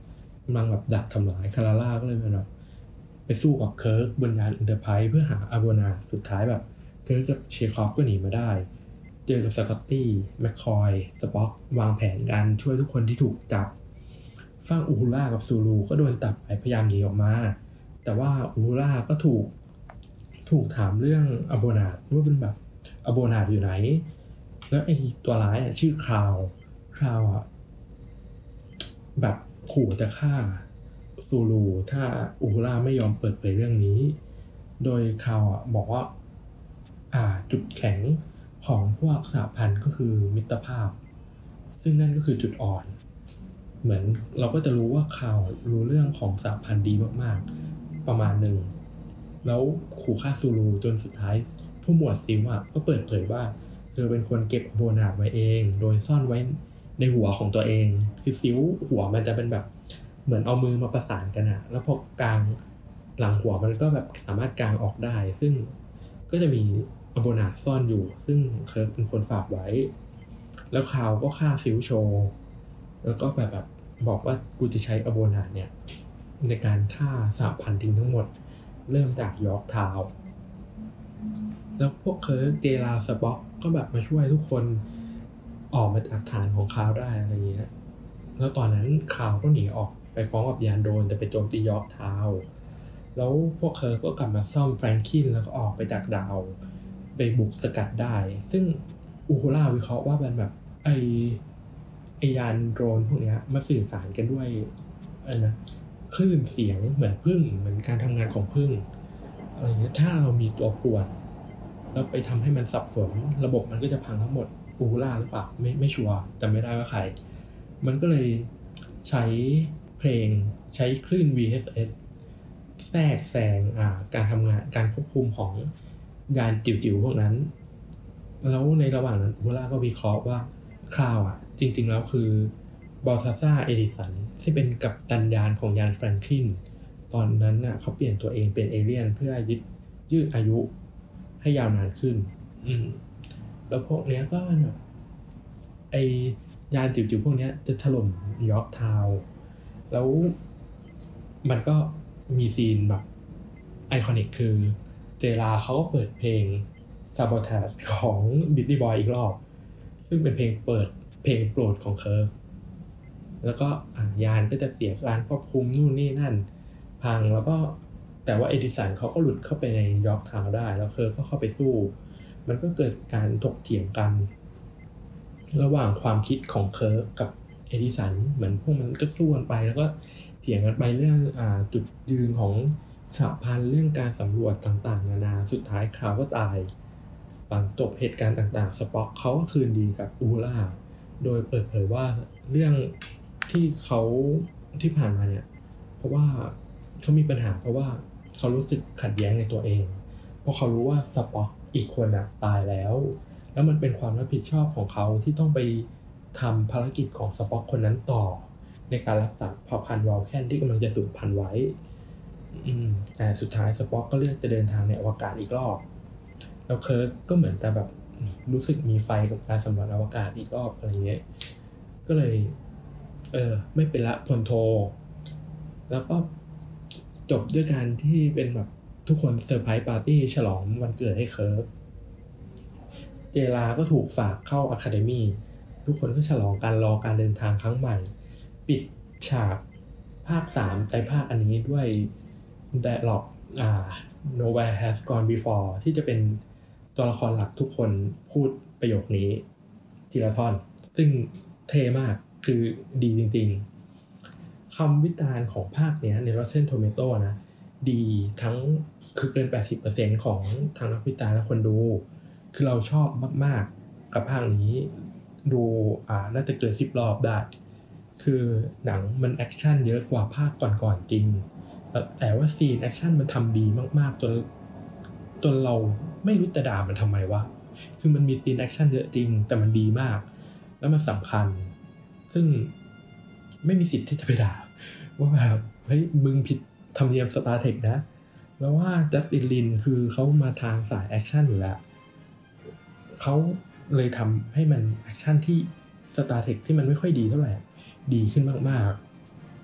กำลังแบบดักทำร้ายคาราล่าก็เลยแบบไปสู้กับเคิร์กบนยานเอ็นเตอร์ไพรส์เพื่อหาอาโบนาสุดท้ายแบบเคิร์กกับเชคอฟก็หนีมาได้เจอกับสกอตตี้แมคคอยสป็อกวางแผนการช่วยทุกคนที่ถูกจับฝั่งอูฮูล่ากับซูรูก็โดนตับไปพยายามหนีออกมาแต่ว่าอูฮูล่าก็ถูกถูกถามเรื่องอาโบนาว่าเป็นแบบอาโบนาอยู่ไหนแล้วไอ้ตัวร้ายอ่ะชื่อคราวคราวอ่ะแบบขู่จะฆ่าซูรูถ้าอูฮูล่าไม่ยอมเปิดเผยเรื่องนี้โดยคราวอ่ะบอกว่าอ่าจุดแข็งของพวกสหพันธ์ก็คือมิตรภาพซึ่งนั่นก็คือจุดอ่อนเหมือนเราก็จะรู้ว่าคราวรู้เรื่องของสหพันธ์ดีมากๆประมาณหนึ่งแล้วขู่ฆ่าซูรูจนสุดท้ายผู้หมวดซิลอ่ะก็เปิดเผยว่าเธอเป็นคนเก็บโบนาดไว้เองโดยซ่อนไว้ในหัวของตัวเองคือซิลหัวมันจะเป็นแบบเหมือนเอามือมาประสานกันอะแล้วพอกลางหลังหัวมันก็แบบสามารถกางออกได้ซึ่งก็จะมีโบนาดซ่อนอยู่ซึ่งเคิร์กเป็นคนฝากไว้แล้วคราวก็ฆ่าซิลโชว์แล้วก็แบบแบบบอกว่ากูจะใช้อโบนาดเนี่ยในการฆ่าสหพันธ์ทิ้งทั้งหมดเริ่มจากยอร์กทาวน์แล้วพวกเคิร์กเจลาสป็อกก็แบบมาช่วยทุกคนออกมาจากฐานของคราวได้อะไรเงี้ยแล้วตอนนั้นคราวก็หนีออกไปพร้อมกับยานโดรนแต่ไปโจมตียอร์กทาวน์แล้วพวกเคิร์กก็กลับมาซ่อมแฟรงคินแล้วก็ออกไปจากดาวไปบุกสกัดได้ซึ่งอูฮูล่าวิเคราะห์ว่ามันแบบไอไอยานโดรนพวกนี้มาสื่อสารกันด้วยอะไรนะคลื่นเสียงเหมือนผึ้งเหมือนการทำงานของผึ้งอะไรเงี้ยถ้าเรามีตัวป่วนแล้วไปทำให้มันสับสนระบบมันก็จะพังทั้งหมดอูฮูล่าหรือเปล่าไม่ไม่ชัวร์จำไม่ได้ว่าใครมันก็เลยใช้เพลงใช้คลื่น วี เอช เอส แทรกแซงอ่าการทำงานการควบคุมของยานจิ๋วๆพวกนั้นแล้วในระหว่างนั้นอูฮูล่าก็วิเคราะห์ว่าคราวอ่ะจริงๆแล้วคือบอลทาซ่าเอดิสันที่เป็นกัปตันยานของยานแฟรงคลินตอนนั้นน่ะเขาเปลี่ยนตัวเองเป็นเอเลี่ยนเพื่อยึดยืดอายุให้ยาวนานขึ้นอืมแล้วพวกเนี้ยก็แบบไอยานจิ๋วๆพวกเนี้ยจะถล่มยอร์กทาวน์แล้วมันก็มีซีนแบบไอคอนิกคือเจลาเขาก็เปิดเพลง Sabotage ของ Beastie Boys อีกรอบซึ่งเป็นเพลงเปิดเพลงโปรดของเคิร์กแล้วก็ยานก็จะเสียการควบคุมนู่นนี่นั่นพังแล้วก็แต่ว่าเอดิสันเขาก็หลุดเข้าไปในยอร์กทาวน์ได้แล้วเคิร์กก็เข้าไปสู้มันก็เกิดการถกเถียงกันระหว่างความคิดของเคิร์กกับเอดิสันเหมือนพวกมันก็สู้กันไปแล้วก็เถียงกันไปเรื่องอ่าจุดยืนของสหพันธ์เรื่องการสำรวจต่างๆนานาสุดท้ายคราวก็ตายหลังจบเหตุการณ์ต่างๆสป็อกเขาก็คืนดีกับอูฮูล่าโดยเปิดเผยว่าเรื่องที่เขาที่ผ่านมาเนี่ยเพราะว่าเขามีปัญหาเพราะว่าเขารู้สึกขัดแย้งในตัวเองเพราะเขารู้ว่าสป็อกอีกคนนะตายแล้วแล้วมันเป็นความรับผิดชอบของเขาที่ต้องไปทำภารกิจของสป็อกคนนั้นต่อในการรักษาเผ่าพันธุ์วอลแคนที่กำลังจะสูญพันธุ์ไว้อืมแต่สุดท้ายสป็อกก็เลือกจะเดินทางในอวกาศอีกรอบแล้วเคิร์กก็เหมือนแต่แบบรู้สึกมีไฟกับการสำรวจอวกาศอีกรอบอะไรเงี้ยก็เลยเออไม่เป็นละทนโทแล้วก็จบด้วยการที่เป็นแบบทุกคนเซอร์ไพรส์ปาร์ตี้ฉลองวันเกิดให้เคิร์กเจลาก็ถูกฝากเข้าอะคาเดมี่ทุกคนก็ฉลองการรอการเดินทางครั้งใหม่ปิดฉากภาคสามในภาคอันนี้ด้วย Dialogue อ่า Nowhere Has Gone Before ที่จะเป็นตัวละครหลักทุกคนพูดประโยคนี้ทีละท่อนซึ่งเท่มากคือดีจริงๆคำวิจารณ์ของภาคเนี้ยใน Rotten Tomato นะดีทั้งคือเกิน แปดสิบเปอร์เซ็นต์ ของทางนักวิจารณ์และคนดูคือเราชอบมากๆกับภาคนี้ดูอ่าน่าจะเกินสิบรอบได้คือหนังมันแอคชั่นเยอะกว่าภาคก่อนๆจริงแต่ว่าซีนแอคชั่นมันทำดีมากๆจนจนเราไม่รู้จะด่ามันทำไมวะคือมันมีซีนแอคชั่นเยอะจริงแต่มันดีมากแล้วมันสำคัญซึ่งไม่มีสิทธิ์ที่จะไปด่าว่าแบบเฮ้ยมึงผิดธรรมเนียม Star Trek นะแล้วว่าจัสตินลินคือเขามาทางสายแอคชั่นอยู่แล้วเขาเลยทำให้มันแอคชั่นที่ Star Trek ที่มันไม่ค่อยดีเท่าไหร่ดีขึ้นมาก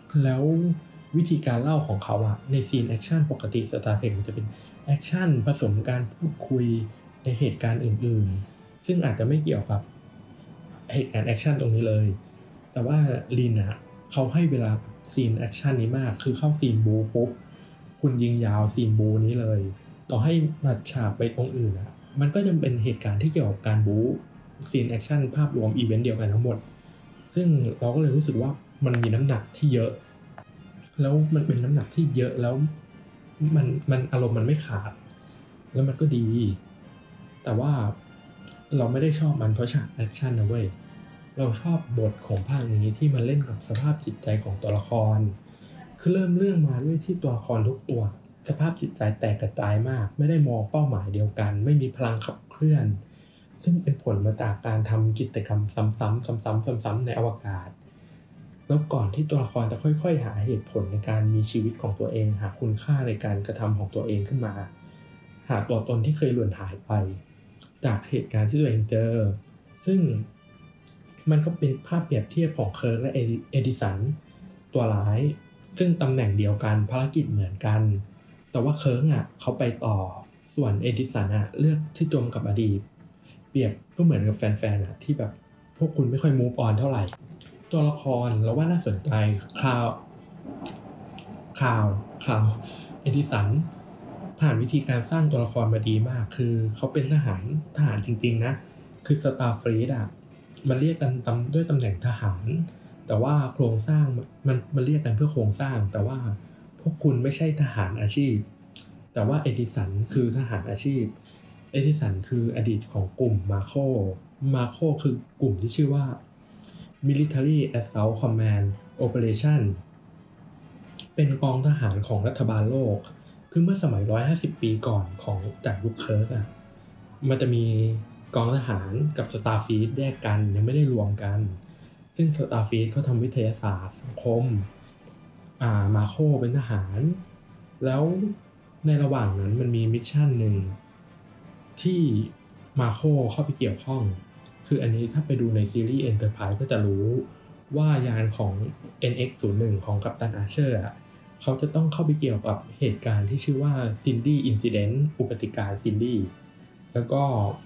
แล้ววิธีการเล่าของเขาอะในซีนแอคชั่นปกติ Star Trek มันจะเป็นแอคชั่นผสมการพูดคุยในเหตุการณ์อื่นๆซึ่งอาจจะไม่เกี่ยวกับเหตุการณ์แอคชั่นตรงนี้เลยแต่ว่าลินอะเขาให้เวลาซีนแอคชั่นนี้มากคือเข้าซีนบูปุ๊บคุณยิงยาวซีนบูนี้เลยต่อให้ตัดฉากไปตรงอื่นอะมันก็ยังเป็นเหตุการณ์ที่เกี่ยวกับการบูซีนแอคชั่นภาพรวมอีเวนต์เดียวกันทั้งหมดซึ่งเราก็เลยรู้สึกว่ามันมีน้ำหนักที่เยอะแล้วมันเป็นน้ำหนักที่เยอะแล้วมันมันอารมณ์มันไม่ขาดแล้วมันก็ดีแต่ว่าเราไม่ได้ชอบมันเพราะฉากแอคชั่นนะเว้ยเราชอบบทของภาคนี้ที่มันเล่นกับสภาพจิตใจของตัวละครคือเริ่มเรื่องมาด้วยที่ตัวละครทุกตัวสภาพจิตใจแตกกระจายมากไม่ได้มองเป้าหมายเดียวกันไม่มีพลังขับเคลื่อนซึ่งเป็นผลมาจากการทำกิจกรรมซ้ำๆซ้ำๆซ้ำๆในอวกาศแล้วก่อนที่ตัวละครจะค่อยๆหาเหตุผลในการมีชีวิตของตัวเองหาคุณค่าในการกระทำของตัวเองขึ้นมาหาตัวตนที่เคยหล่นหายไปจากเหตุการณ์ที่ตัวเองเจอซึ่งมันก็เป็นภาพเปรียบเทียบของเคิร์กและเอดิสันตัวร้ายซึ่งตำแหน่งเดียวกันภารกิจเหมือนกันแต่ว่าเคิร์กอ่ะเขาไปต่อส่วนเอดิสันอ่ะเลือกที่จมกับอดีตเปรียบก็เหมือนกับแฟนๆอ่ะที่แบบพวกคุณไม่ค่อยมูฟออนเท่าไหร่ตัวละครเราว่าน่าสนใจข่าวข่าวข่าวเอดิสันผ่านวิธีการสร้างตัวละครมาดีมากคือเขาเป็นทหารทหารจริงๆนะคือสตาร์ฟลีทอ่ะมันเรียกกันตำด้วยตำแหน่งทหารแต่ว่าโครงสร้างมันมันเรียกกันเพื่อโครงสร้างแต่ว่าพวกคุณไม่ใช่ทหารอาชีพแต่ว่าเอดิสันคือทหารอาชีพเอดิสันคืออดีตของกลุ่มมาโคมาโคคือกลุ่มที่ชื่อว่า Military Assault Command Operation เป็นกองทหารของรัฐบาลโลกคือเมื่อสมัยหนึ่งร้อยห้าสิบปีก่อนของจากยุคเคิร์กอ่ะมันจะมีกองทหารกับสตาร์ฟีทแยกกันยังไม่ได้รวมกันซึ่งสตาร์ฟีทเขาทำวิทยาศาสตร์สังคมอ่ามาโคเป็นทหารแล้วในระหว่างนั้นมันมีมิชชั่นหนึ่งที่มาโคเข้าไปเกี่ยวข้องคืออันนี้ถ้าไปดูในซีรีส์ Enterprise ก็จะรู้ว่ายานของ เอ็น เอ็กซ์ ศูนย์หนึ่ง ของกัปตันอาร์เชอร์อ่ะเขาจะต้องเข้าไปเกี่ยวกับเหตุการณ์ที่ชื่อว่า Cindy Incident อุบัติการณ์ Cindy แล้วก็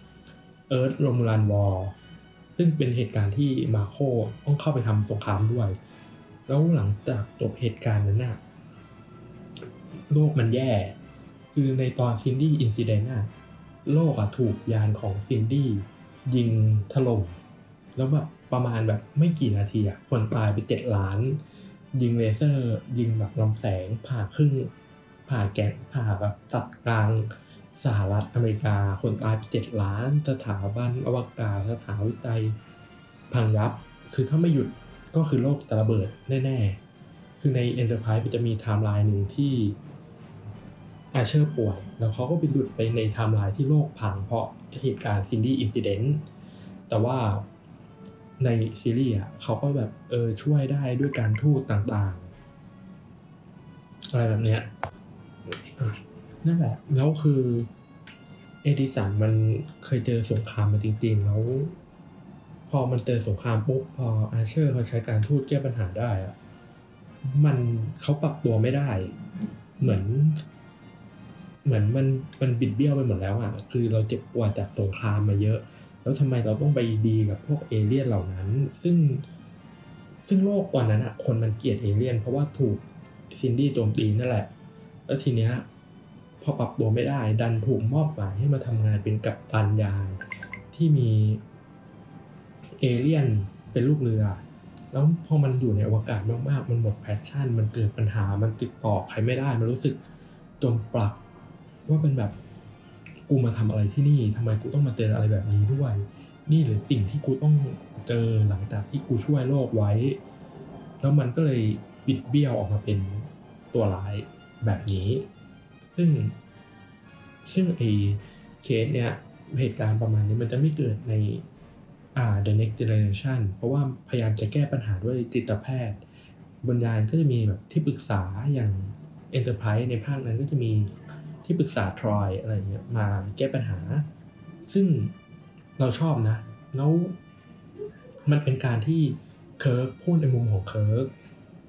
Earth Romulan War ซึ่งเป็นเหตุการณ์ที่มาโคต้องเข้าไปทำสงครามด้วยแล้วหลังจากจบเหตุการณ์นั้นน่ะโลกมันแย่คือในตอน Cindy Incident น่ะโลกอ่ะถูกยานของ Cindy ยิงถล่มแล้วแบบประมาณแบบไม่กี่นาทีอ่ะคนตายไปเจ็ดล้านยิงเลเซอร์ยิงแบบลำแสงผ่าครึ่งผ่าแกะผ่าแบบตัดกลางสหรัฐอเมริกาคนตายไปเจ็ดล้านสถาบันอวกาศสถาวิจัยพังยับคือถ้าไม่หยุดก็คือโลกจะระเบิดแน่ๆคือใน Enterprise มันจะมีไทม์ไลน์หนึ่งที่อาเชอร์ป่วยแล้วเขาก็ไปหลุดไปในไทม์ไลน์ที่โลกพังเพราะเหตุการณ์ Cindy Incident แต่ว่าในซีรีส์อ่ะเขาก็แบบเออช่วยได้ด้วยการทูตต่างๆอะไรแบบเนี้ยนั่นแหละแล้วคือเอดิสันมันเคยเจอสงครามมาจริงๆแล้วพอมันเจอสงครามปุ๊บพออาเชอร์เขาใช้การทูตแก้ปัญหาได้อ่ะมันเขาปรับตัวไม่ได้เหมือนเหมือนมันมันบิดเบี้ยวไปหมดแล้วอ่ะคือเราเจ็บปวดจากสงครามมาเยอะแล้วทำไมเราต้องไปดีกับพวกเอเลี่ยนเหล่านั้นซึ่งซึ่งโลกตอนนั้นอ่ะคนมันเกลียดเอเลี่ยนเพราะว่าถูกซินดี้โจมตีนั่นแหละแล้วทีเนี้ยพอปรับตัวไม่ได้ดันถูกมอบหมายให้มาทำงานเป็นกัปตันยานที่มีเอเลี่ยนเป็นลูกเรือแล้วพอมันอยู่ในอวกาศมากๆมันหมดแพชชั่นมันเกิดปัญหามันติดต่อใครไม่ได้มันรู้สึกจนปลักว่าเป็นแบบกูมาทำอะไรที่นี่ทำไมกูต้องมาเจออะไรแบบนี้ด้วยนี่หรือสิ่งที่กูต้องเจอหลังจากที่กูช่วยโลกไว้แล้วมันก็เลยบิดเบี้ยวออกมาเป็นตัวร้ายแบบนี้ซึ่งซึ่งไอ้เคสเนี้ยเหตุการณ์ประมาณนี้มันจะไม่เกิดในอ่า The Next Generation เพราะว่าพยายามจะแก้ปัญหาด้วยจิตแพทย์บนยานก็จะมีแบบที่ปรึกษาอย่าง Enterprise ในภาคนั้นก็จะมีที่ปรึกษาทรอยอะไรเงี้ยมาแก้ปัญหาซึ่งเราชอบนะแล้วมันเป็นการที่เคิร์กพูดในมุมของเคิร์กเอ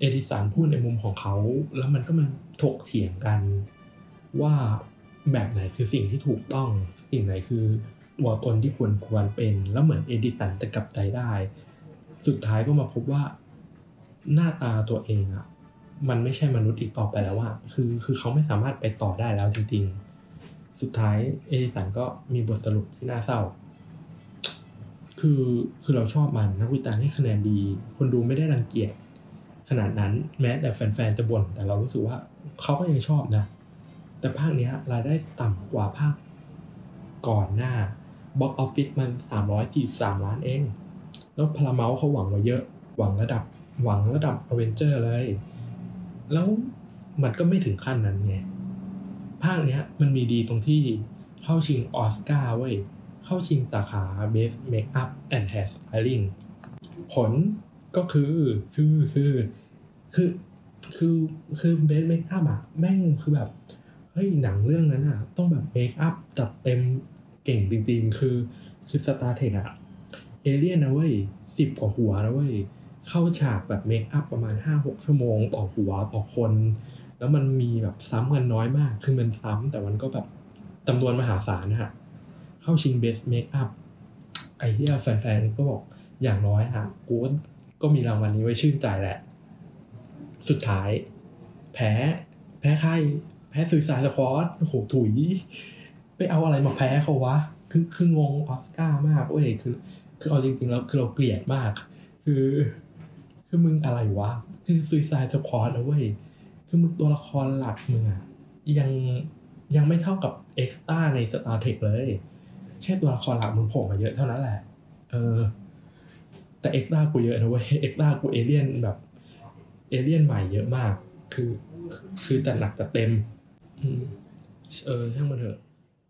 อดิสันพูดในมุมของเขาแล้วมันก็มันถกเถียงกันว่าแบบไหนคือสิ่งที่ถูกต้องสิ่งไหนคือตัวตนที่ควรควรเป็นแล้วเหมือนเอดิสันจะกลับใจได้สุดท้ายก็มาพบว่าหน้าตาตัวเองอ่ะมันไม่ใช่มนุษย์อีกต่อไปแล้วว่าคือคือเขาไม่สามารถไปต่อได้แล้วจริงๆสุดท้ายเอดิสันก็มีบทสรุปที่น่าเศร้าคือคือเราชอบมันนักวิจารณ์ให้คะแนนดีคนดูไม่ได้รังเกียจขนาดนั้นแม้แต่แฟนๆจะบ่นแต่เรารู้สึกว่าเขาก็ยังชอบนะแต่ภาคนี้รายได้ต่ำกว่าภาคก่อนหน้าบ็อกออฟฟิศมันสามร้อยสี่สิบสามล้านเองแล้วพาราเมาส์เขาหวังไว้เยอะหวังระดับหวังระดับอเวนเจอร์เลยแล้วมันก็ไม่ถึงขั้นนั้นไงภาคนี้มันมีดีตรงที่เข้าชิงออสการ์เว้ยเข้าชิงสาขา Best Makeup and Hair Styling ผลก็คือคือคือคือคือคือ Best Makeup อ่ะแม่งคือแบบเฮ้ยหนังเรื่องนั้นอ่ะต้องแบบเมคอัพจัดเต็มเก่งจริงๆคือคือ Star Trek อ่ะเอเลี่ยนนะเว้ยสิบกว่าหัวนะเว้ยเข้าฉากแบบเมคอัพประมาณ ห้าหก ชั่วโมงต่อหัวต่อคนแล้วมันมีแบบซ้ำกันน้อยมากคือมันซ้ำแต่มันก็แบบจำนวนมหาศาลนะฮะเข้าชิง Best Makeup ไอ้เหี้ยแฟนๆก็บอกอย่างน้อยฮะกูก็มีรางวัลนี้ไว้ชื่นใจแหละสุดท้ายแพ้แพ้ใครแพ้ซุยไซด์สควอดโอ้โหถุยไปเอาอะไรมาแพ้เขาวะคือคืองงออสการ์มากเว้ยคือคือเอาจริงๆแล้วคือเราเกลียดมากคือคือมึงอะไรวะคือซุยไซด์สควอดนะเว้ยคือมึงตัวละครหลักมึงอะยังยังไม่เท่ากับเอ็กซ์ตร้าใน Star Trek เลยแค่ตัวละครหลักมึงโผล่มาเยอะเท่านั้นแหละเออแต่เอ็กซ์ตร้ากูเยอะนะเว้ยเอ็กซ์ตร้ากูเอเลี่ยนแบบเอเลี่ยนใหม่เยอะมากคือคือแต่หนักแต่เต็มอืมเออช่างมันเถอะ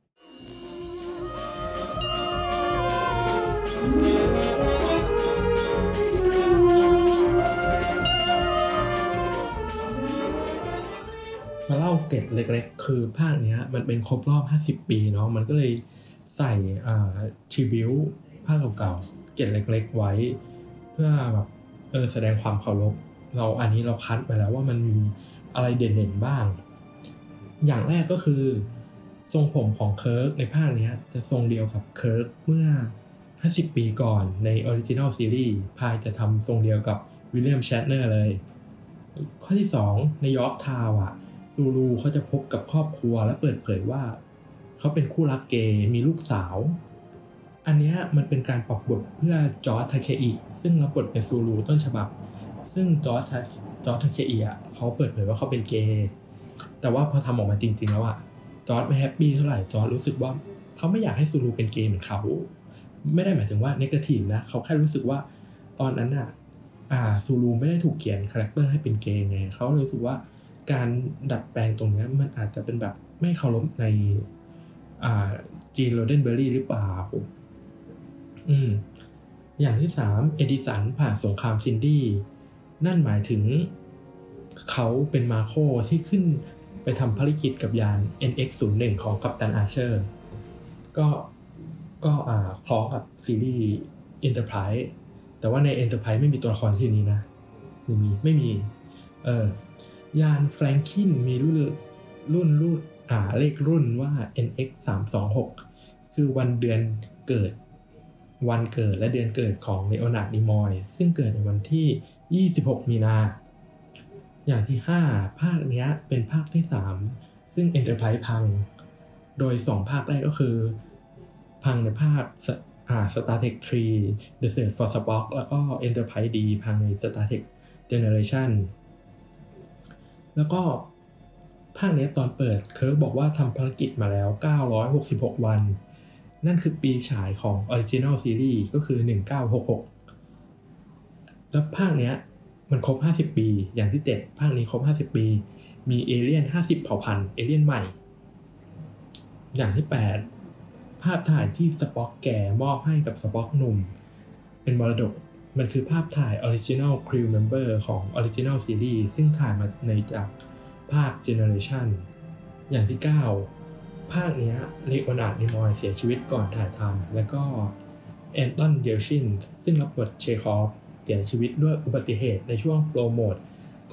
มาเล่าเกร็ดเล็กๆคือภาคเนี้ยมันเป็นครบรอบห้าสิบปีเนาะมันก็เลยใส่อ่าทริบิวต์ภาคเก่าๆเกร็ดเล็กๆไว้เพื่อแบบเออแสดงความเคารพเราอันนี้เราคัดไปแล้วว่ามันมีอะไรเด่นๆบ้างอย่างแรกก็คือทรงผมของเคิร์กในภาคนี้จะทรงเดียวกับเคิร์กเมื่อห้าสิบปีก่อนในออริจินัลซีรีส์พายจะทำทรงเดียวกับวิลเลียมแชตเนอร์เลยข้อที่สองในยอร์กทาวน์อ่ะซูรูเขาจะพบกับครอบครัวและเปิดเผยว่าเขาเป็นคู่รักเกย์มีลูกสาวอันนี้มันเป็นการปรับบทเพื่อจอร์จทาเคอิซึ่งรับบทเป็นซูรูต้นฉบับซึ่งจอร์จจอร์จทาเคอิอ่ะเขาเปิดเผยว่าเขาเป็นเกย์แต่ว่าพอทำออกมาจริงๆแล้วอ่ะจอร์จไม่แฮปปี้เท่าไหร่จอร์จรู้สึกว่าเขาไม่อยากให้ซูรูเป็นเกย์เหมือนเขาไม่ได้หมายถึงว่าเนกาทีฟนะเขาแค่รู้สึกว่าตอนนั้นอ่ะอ่าซูรูไม่ได้ถูกเขียนคาแรคเตอร์ให้เป็นเกย์ไงเขารู้สึกว่าการดัดแปลงตรงนี้มันอาจจะเป็นแบบไม่เคารพในอ่าจีนโรเดนเบอร์รี่หรือเปล่าอืมอย่างที่สามเอดิสันผ่านสงครามซินดี้นั่นหมายถึงเขาเป็นมาโคที่ขึ้นไปทำภารกิจกับยาน เอ็น เอ็กซ์ ศูนย์หนึ่ง ของกัปตันอาร์เชอร์ก็ก็อ่าคล้องกับซีรีส์ Enterprise แต่ว่าใน Enterprise ไม่มีตัวละครที่นี้นะไม่มีไม่มีเออยานแฟรงคินมีรุ่นรุ่นรุ่นอ่าเลขรุ่นว่า เอ็น เอ็กซ์ สามสองหก คือวันเดือนเกิดวันเกิดและเดือนเกิดของเลโอนาร์ด นิมอยซึ่งเกิดในวันที่ยี่สิบหกมีนาอย่างที่ห้าภาคนี้เป็นภาคที่สามซึ่ง Enterprise พังโดยสองภาคแรกก็คือพังในภาคอ่า Star Trek ทรี The Search for Spock แล้วก็ Enterprise D พังใน Star Trek Generation แล้วก็ภาคนี้ตอนเปิดเคิร์กบอกว่าทำภารกิจมาแล้วเก้าร้อยหกสิบหกวันนั่นคือปีฉายของ Original Series ก็คือหนึ่งพันเก้าร้อยหกสิบหกแล้วภาคเนี้ยมันครบห้าสิบปีอย่างที่เจ็ดภาคนี้ครบห้าสิบปีมีเอเลี่ยนห้าสิบเผ่าพันธุ์เอเลี่ยนใหม่อย่างที่แปดภาพถ่ายที่สป็อกแก่มอบให้กับสป็อกหนุ่มเป็นมรดกมันคือภาพถ่าย Original Crew Member ของ Original Series ซึ่งถ่ายมาในจากภาค Generation อย่างที่เก้าภาคนี้เลโอนาร์ด นิมอยเสียชีวิตก่อนถ่ายทำแล้วก็แอนตอน เยลชินซึ่งรับบทเชคอฟเสียชีวิตด้วยอุบัติเหตุในช่วงโปรโมท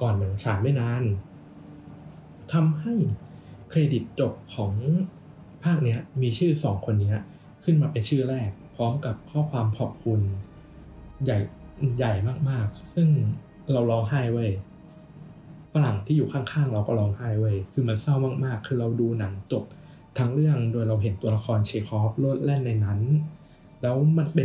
ก่อนหนังฉายไม่นานทำให้เครดิตจบของภาคเนี้ยมีชื่อสองคนนี้ขึ้นมาเป็นชื่อแรกพร้อมกับข้อความขอบคุณใหญ่ใหญ่มากๆซึ่งเราร้องไห้เว้ยฝรั่งที่อยู่ข้างๆเราก็ร้องไห้เว้ยคือมันเศร้ามากๆคือเราดูหนังจบทั้งเรื่องโดยเราเห็นตัวละครเชคอฟโลดแล่นในนั้นแล้วมันเป็น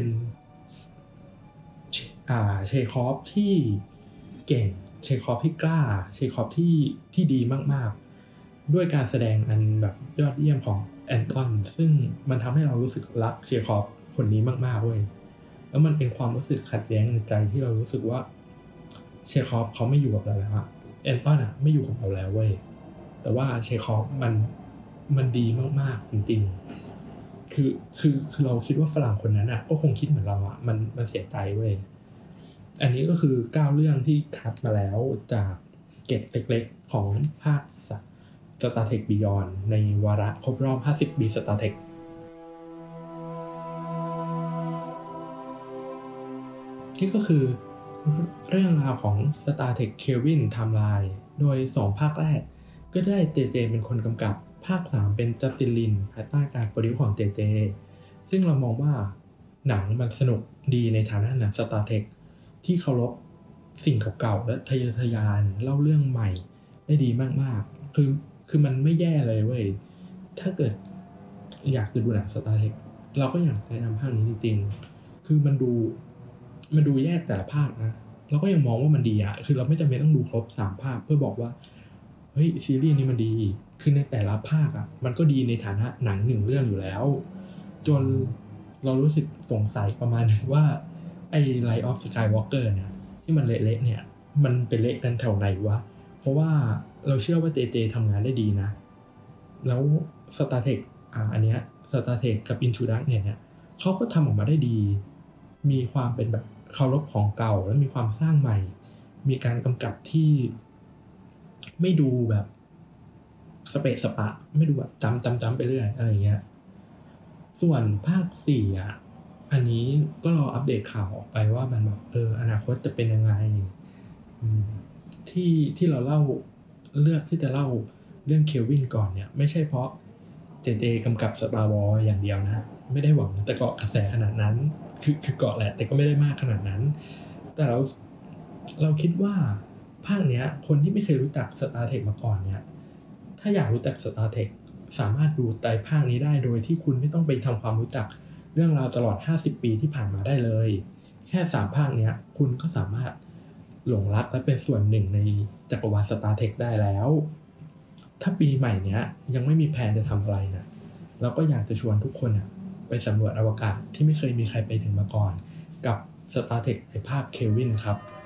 อ่าเชคอฟที่เก่งเชคอฟที่กล้าเชคอฟที่ที่ดีมากๆด้วยการแสดงอันแบบยอดเยี่ยมของแอนตอนซึ่งมันทำให้เรารู้สึกรักเชคอฟคนนี้มากๆเว้ยแล้วมันเป็นความรู้สึกขัดแย้งในใจที่เรารู้สึกว่าเชคอฟเขาไม่อยู่กับเราแล้วอะแอนตอนอะไม่อยู่กับเราแล้วเว้ยแต่ว่าเชคอฟมันมันดีมากๆจริงๆคือคือคือเราคิดว่าฝรั่งคนนั้นอะก็คงคิดเหมือนเราอะมันมันเสียใจเว้ยอันนี้ก็คือเก้าเรื่องที่คัดมาแล้วจากเกร็ดเล็กๆของภาค Star Trek Beyond ในวาระครบรอบห้าสิบปี Star Trek นี่ก็คือเรื่องราวของ Star Trek Kelvin Timeline โดยสองภาคแรกก็ได้ เจ เจ เป็นคนกำกับภาคสามเป็นจัสตินลินภายใต้การโปรดิวซ์ของ เจ เจ ซึ่งเรามองว่าหนังมันสนุกดีในฐานะหนัง Star Trek ที่เคารพสิ่งเก่าๆและทะเยอทะยานเล่าเรื่องใหม่ได้ดีมากๆคือคือมันไม่แย่เลยเว้ยถ้าเกิดอยากจะดูหนัง Star Trek เราก็อยากแนะนำภาคนี้จริงๆคือมันดูมันดูแยกแต่ละภาคนะเราก็ยังมองว่ามันดีอะคือเราไม่จำเป็นต้องดูครบสามภาคเพื่อบอกว่าเฮ้ยซีรีส์นี้มันดีคือในแต่ละภาคอะมันก็ดีในฐานะหนังหนึ่งเรื่องอยู่แล้วจนเรารู้สึกสงสัยประมาณนึงว่าไอ้ Rise of Skywalker เนี่ยที่มันเละๆเนี่ยมันเป็นเละกันแถวไหนวะเพราะว่าเราเชื่อว่า เจ เจ ทำงานได้ดีนะแล้ว Star Trek อ่าอันเนี้ย Star Trek กับ Into Darkness เนี่ยเขาก็ทำออกมาได้ดีมีความเป็นแบบเคารพของเก่าและมีความสร้างใหม่มีการกำกับที่ไม่ดูแบบสเปะสปะไม่ดูแบบจำจำจำไปเรื่อยอะไรเงี้ยส่วนภาคสี่อ่ะอันนี้ก็รออัปเดตข่าวออกไปว่ามันแบบเอออนาคตจะเป็นยังไงที่ที่เราเล่าเลือกที่จะเล่าเรื่องเคลวินก่อนเนี่ยไม่ใช่เพราะเจเจกำกับ Star Wars อย่างเดียวนะไม่ได้หวังแต่เกาะกระแสขนาดนั้นคือคือเกาะแหละแต่ก็ไม่ได้มากขนาดนั้นแต่เราเราคิดว่าภาคเนี้ยคนที่ไม่เคยรู้จัก Star Trek มาก่อนเนี่ยถ้าอยากรู้จัก Star Trek สามารถดูไตรภาคนี้ได้โดยที่คุณไม่ต้องไปทำความรู้จักเรื่องราวตลอดห้าสิบปีที่ผ่านมาได้เลยแค่สามภาคเนี้ยคุณก็สามารถหลงรักและเป็นส่วนหนึ่งในจักรวาล Star Trek ได้แล้วถ้าปีใหม่เนี้ยยังไม่มีแผนจะทำอะไรนะเราก็อยากจะชวนทุกคนอ่ะไปสำรวจอวกาศที่ไม่เคยมีใครไปถึงมาก่อนกับ Star Trek ในภาคเคลวินครับ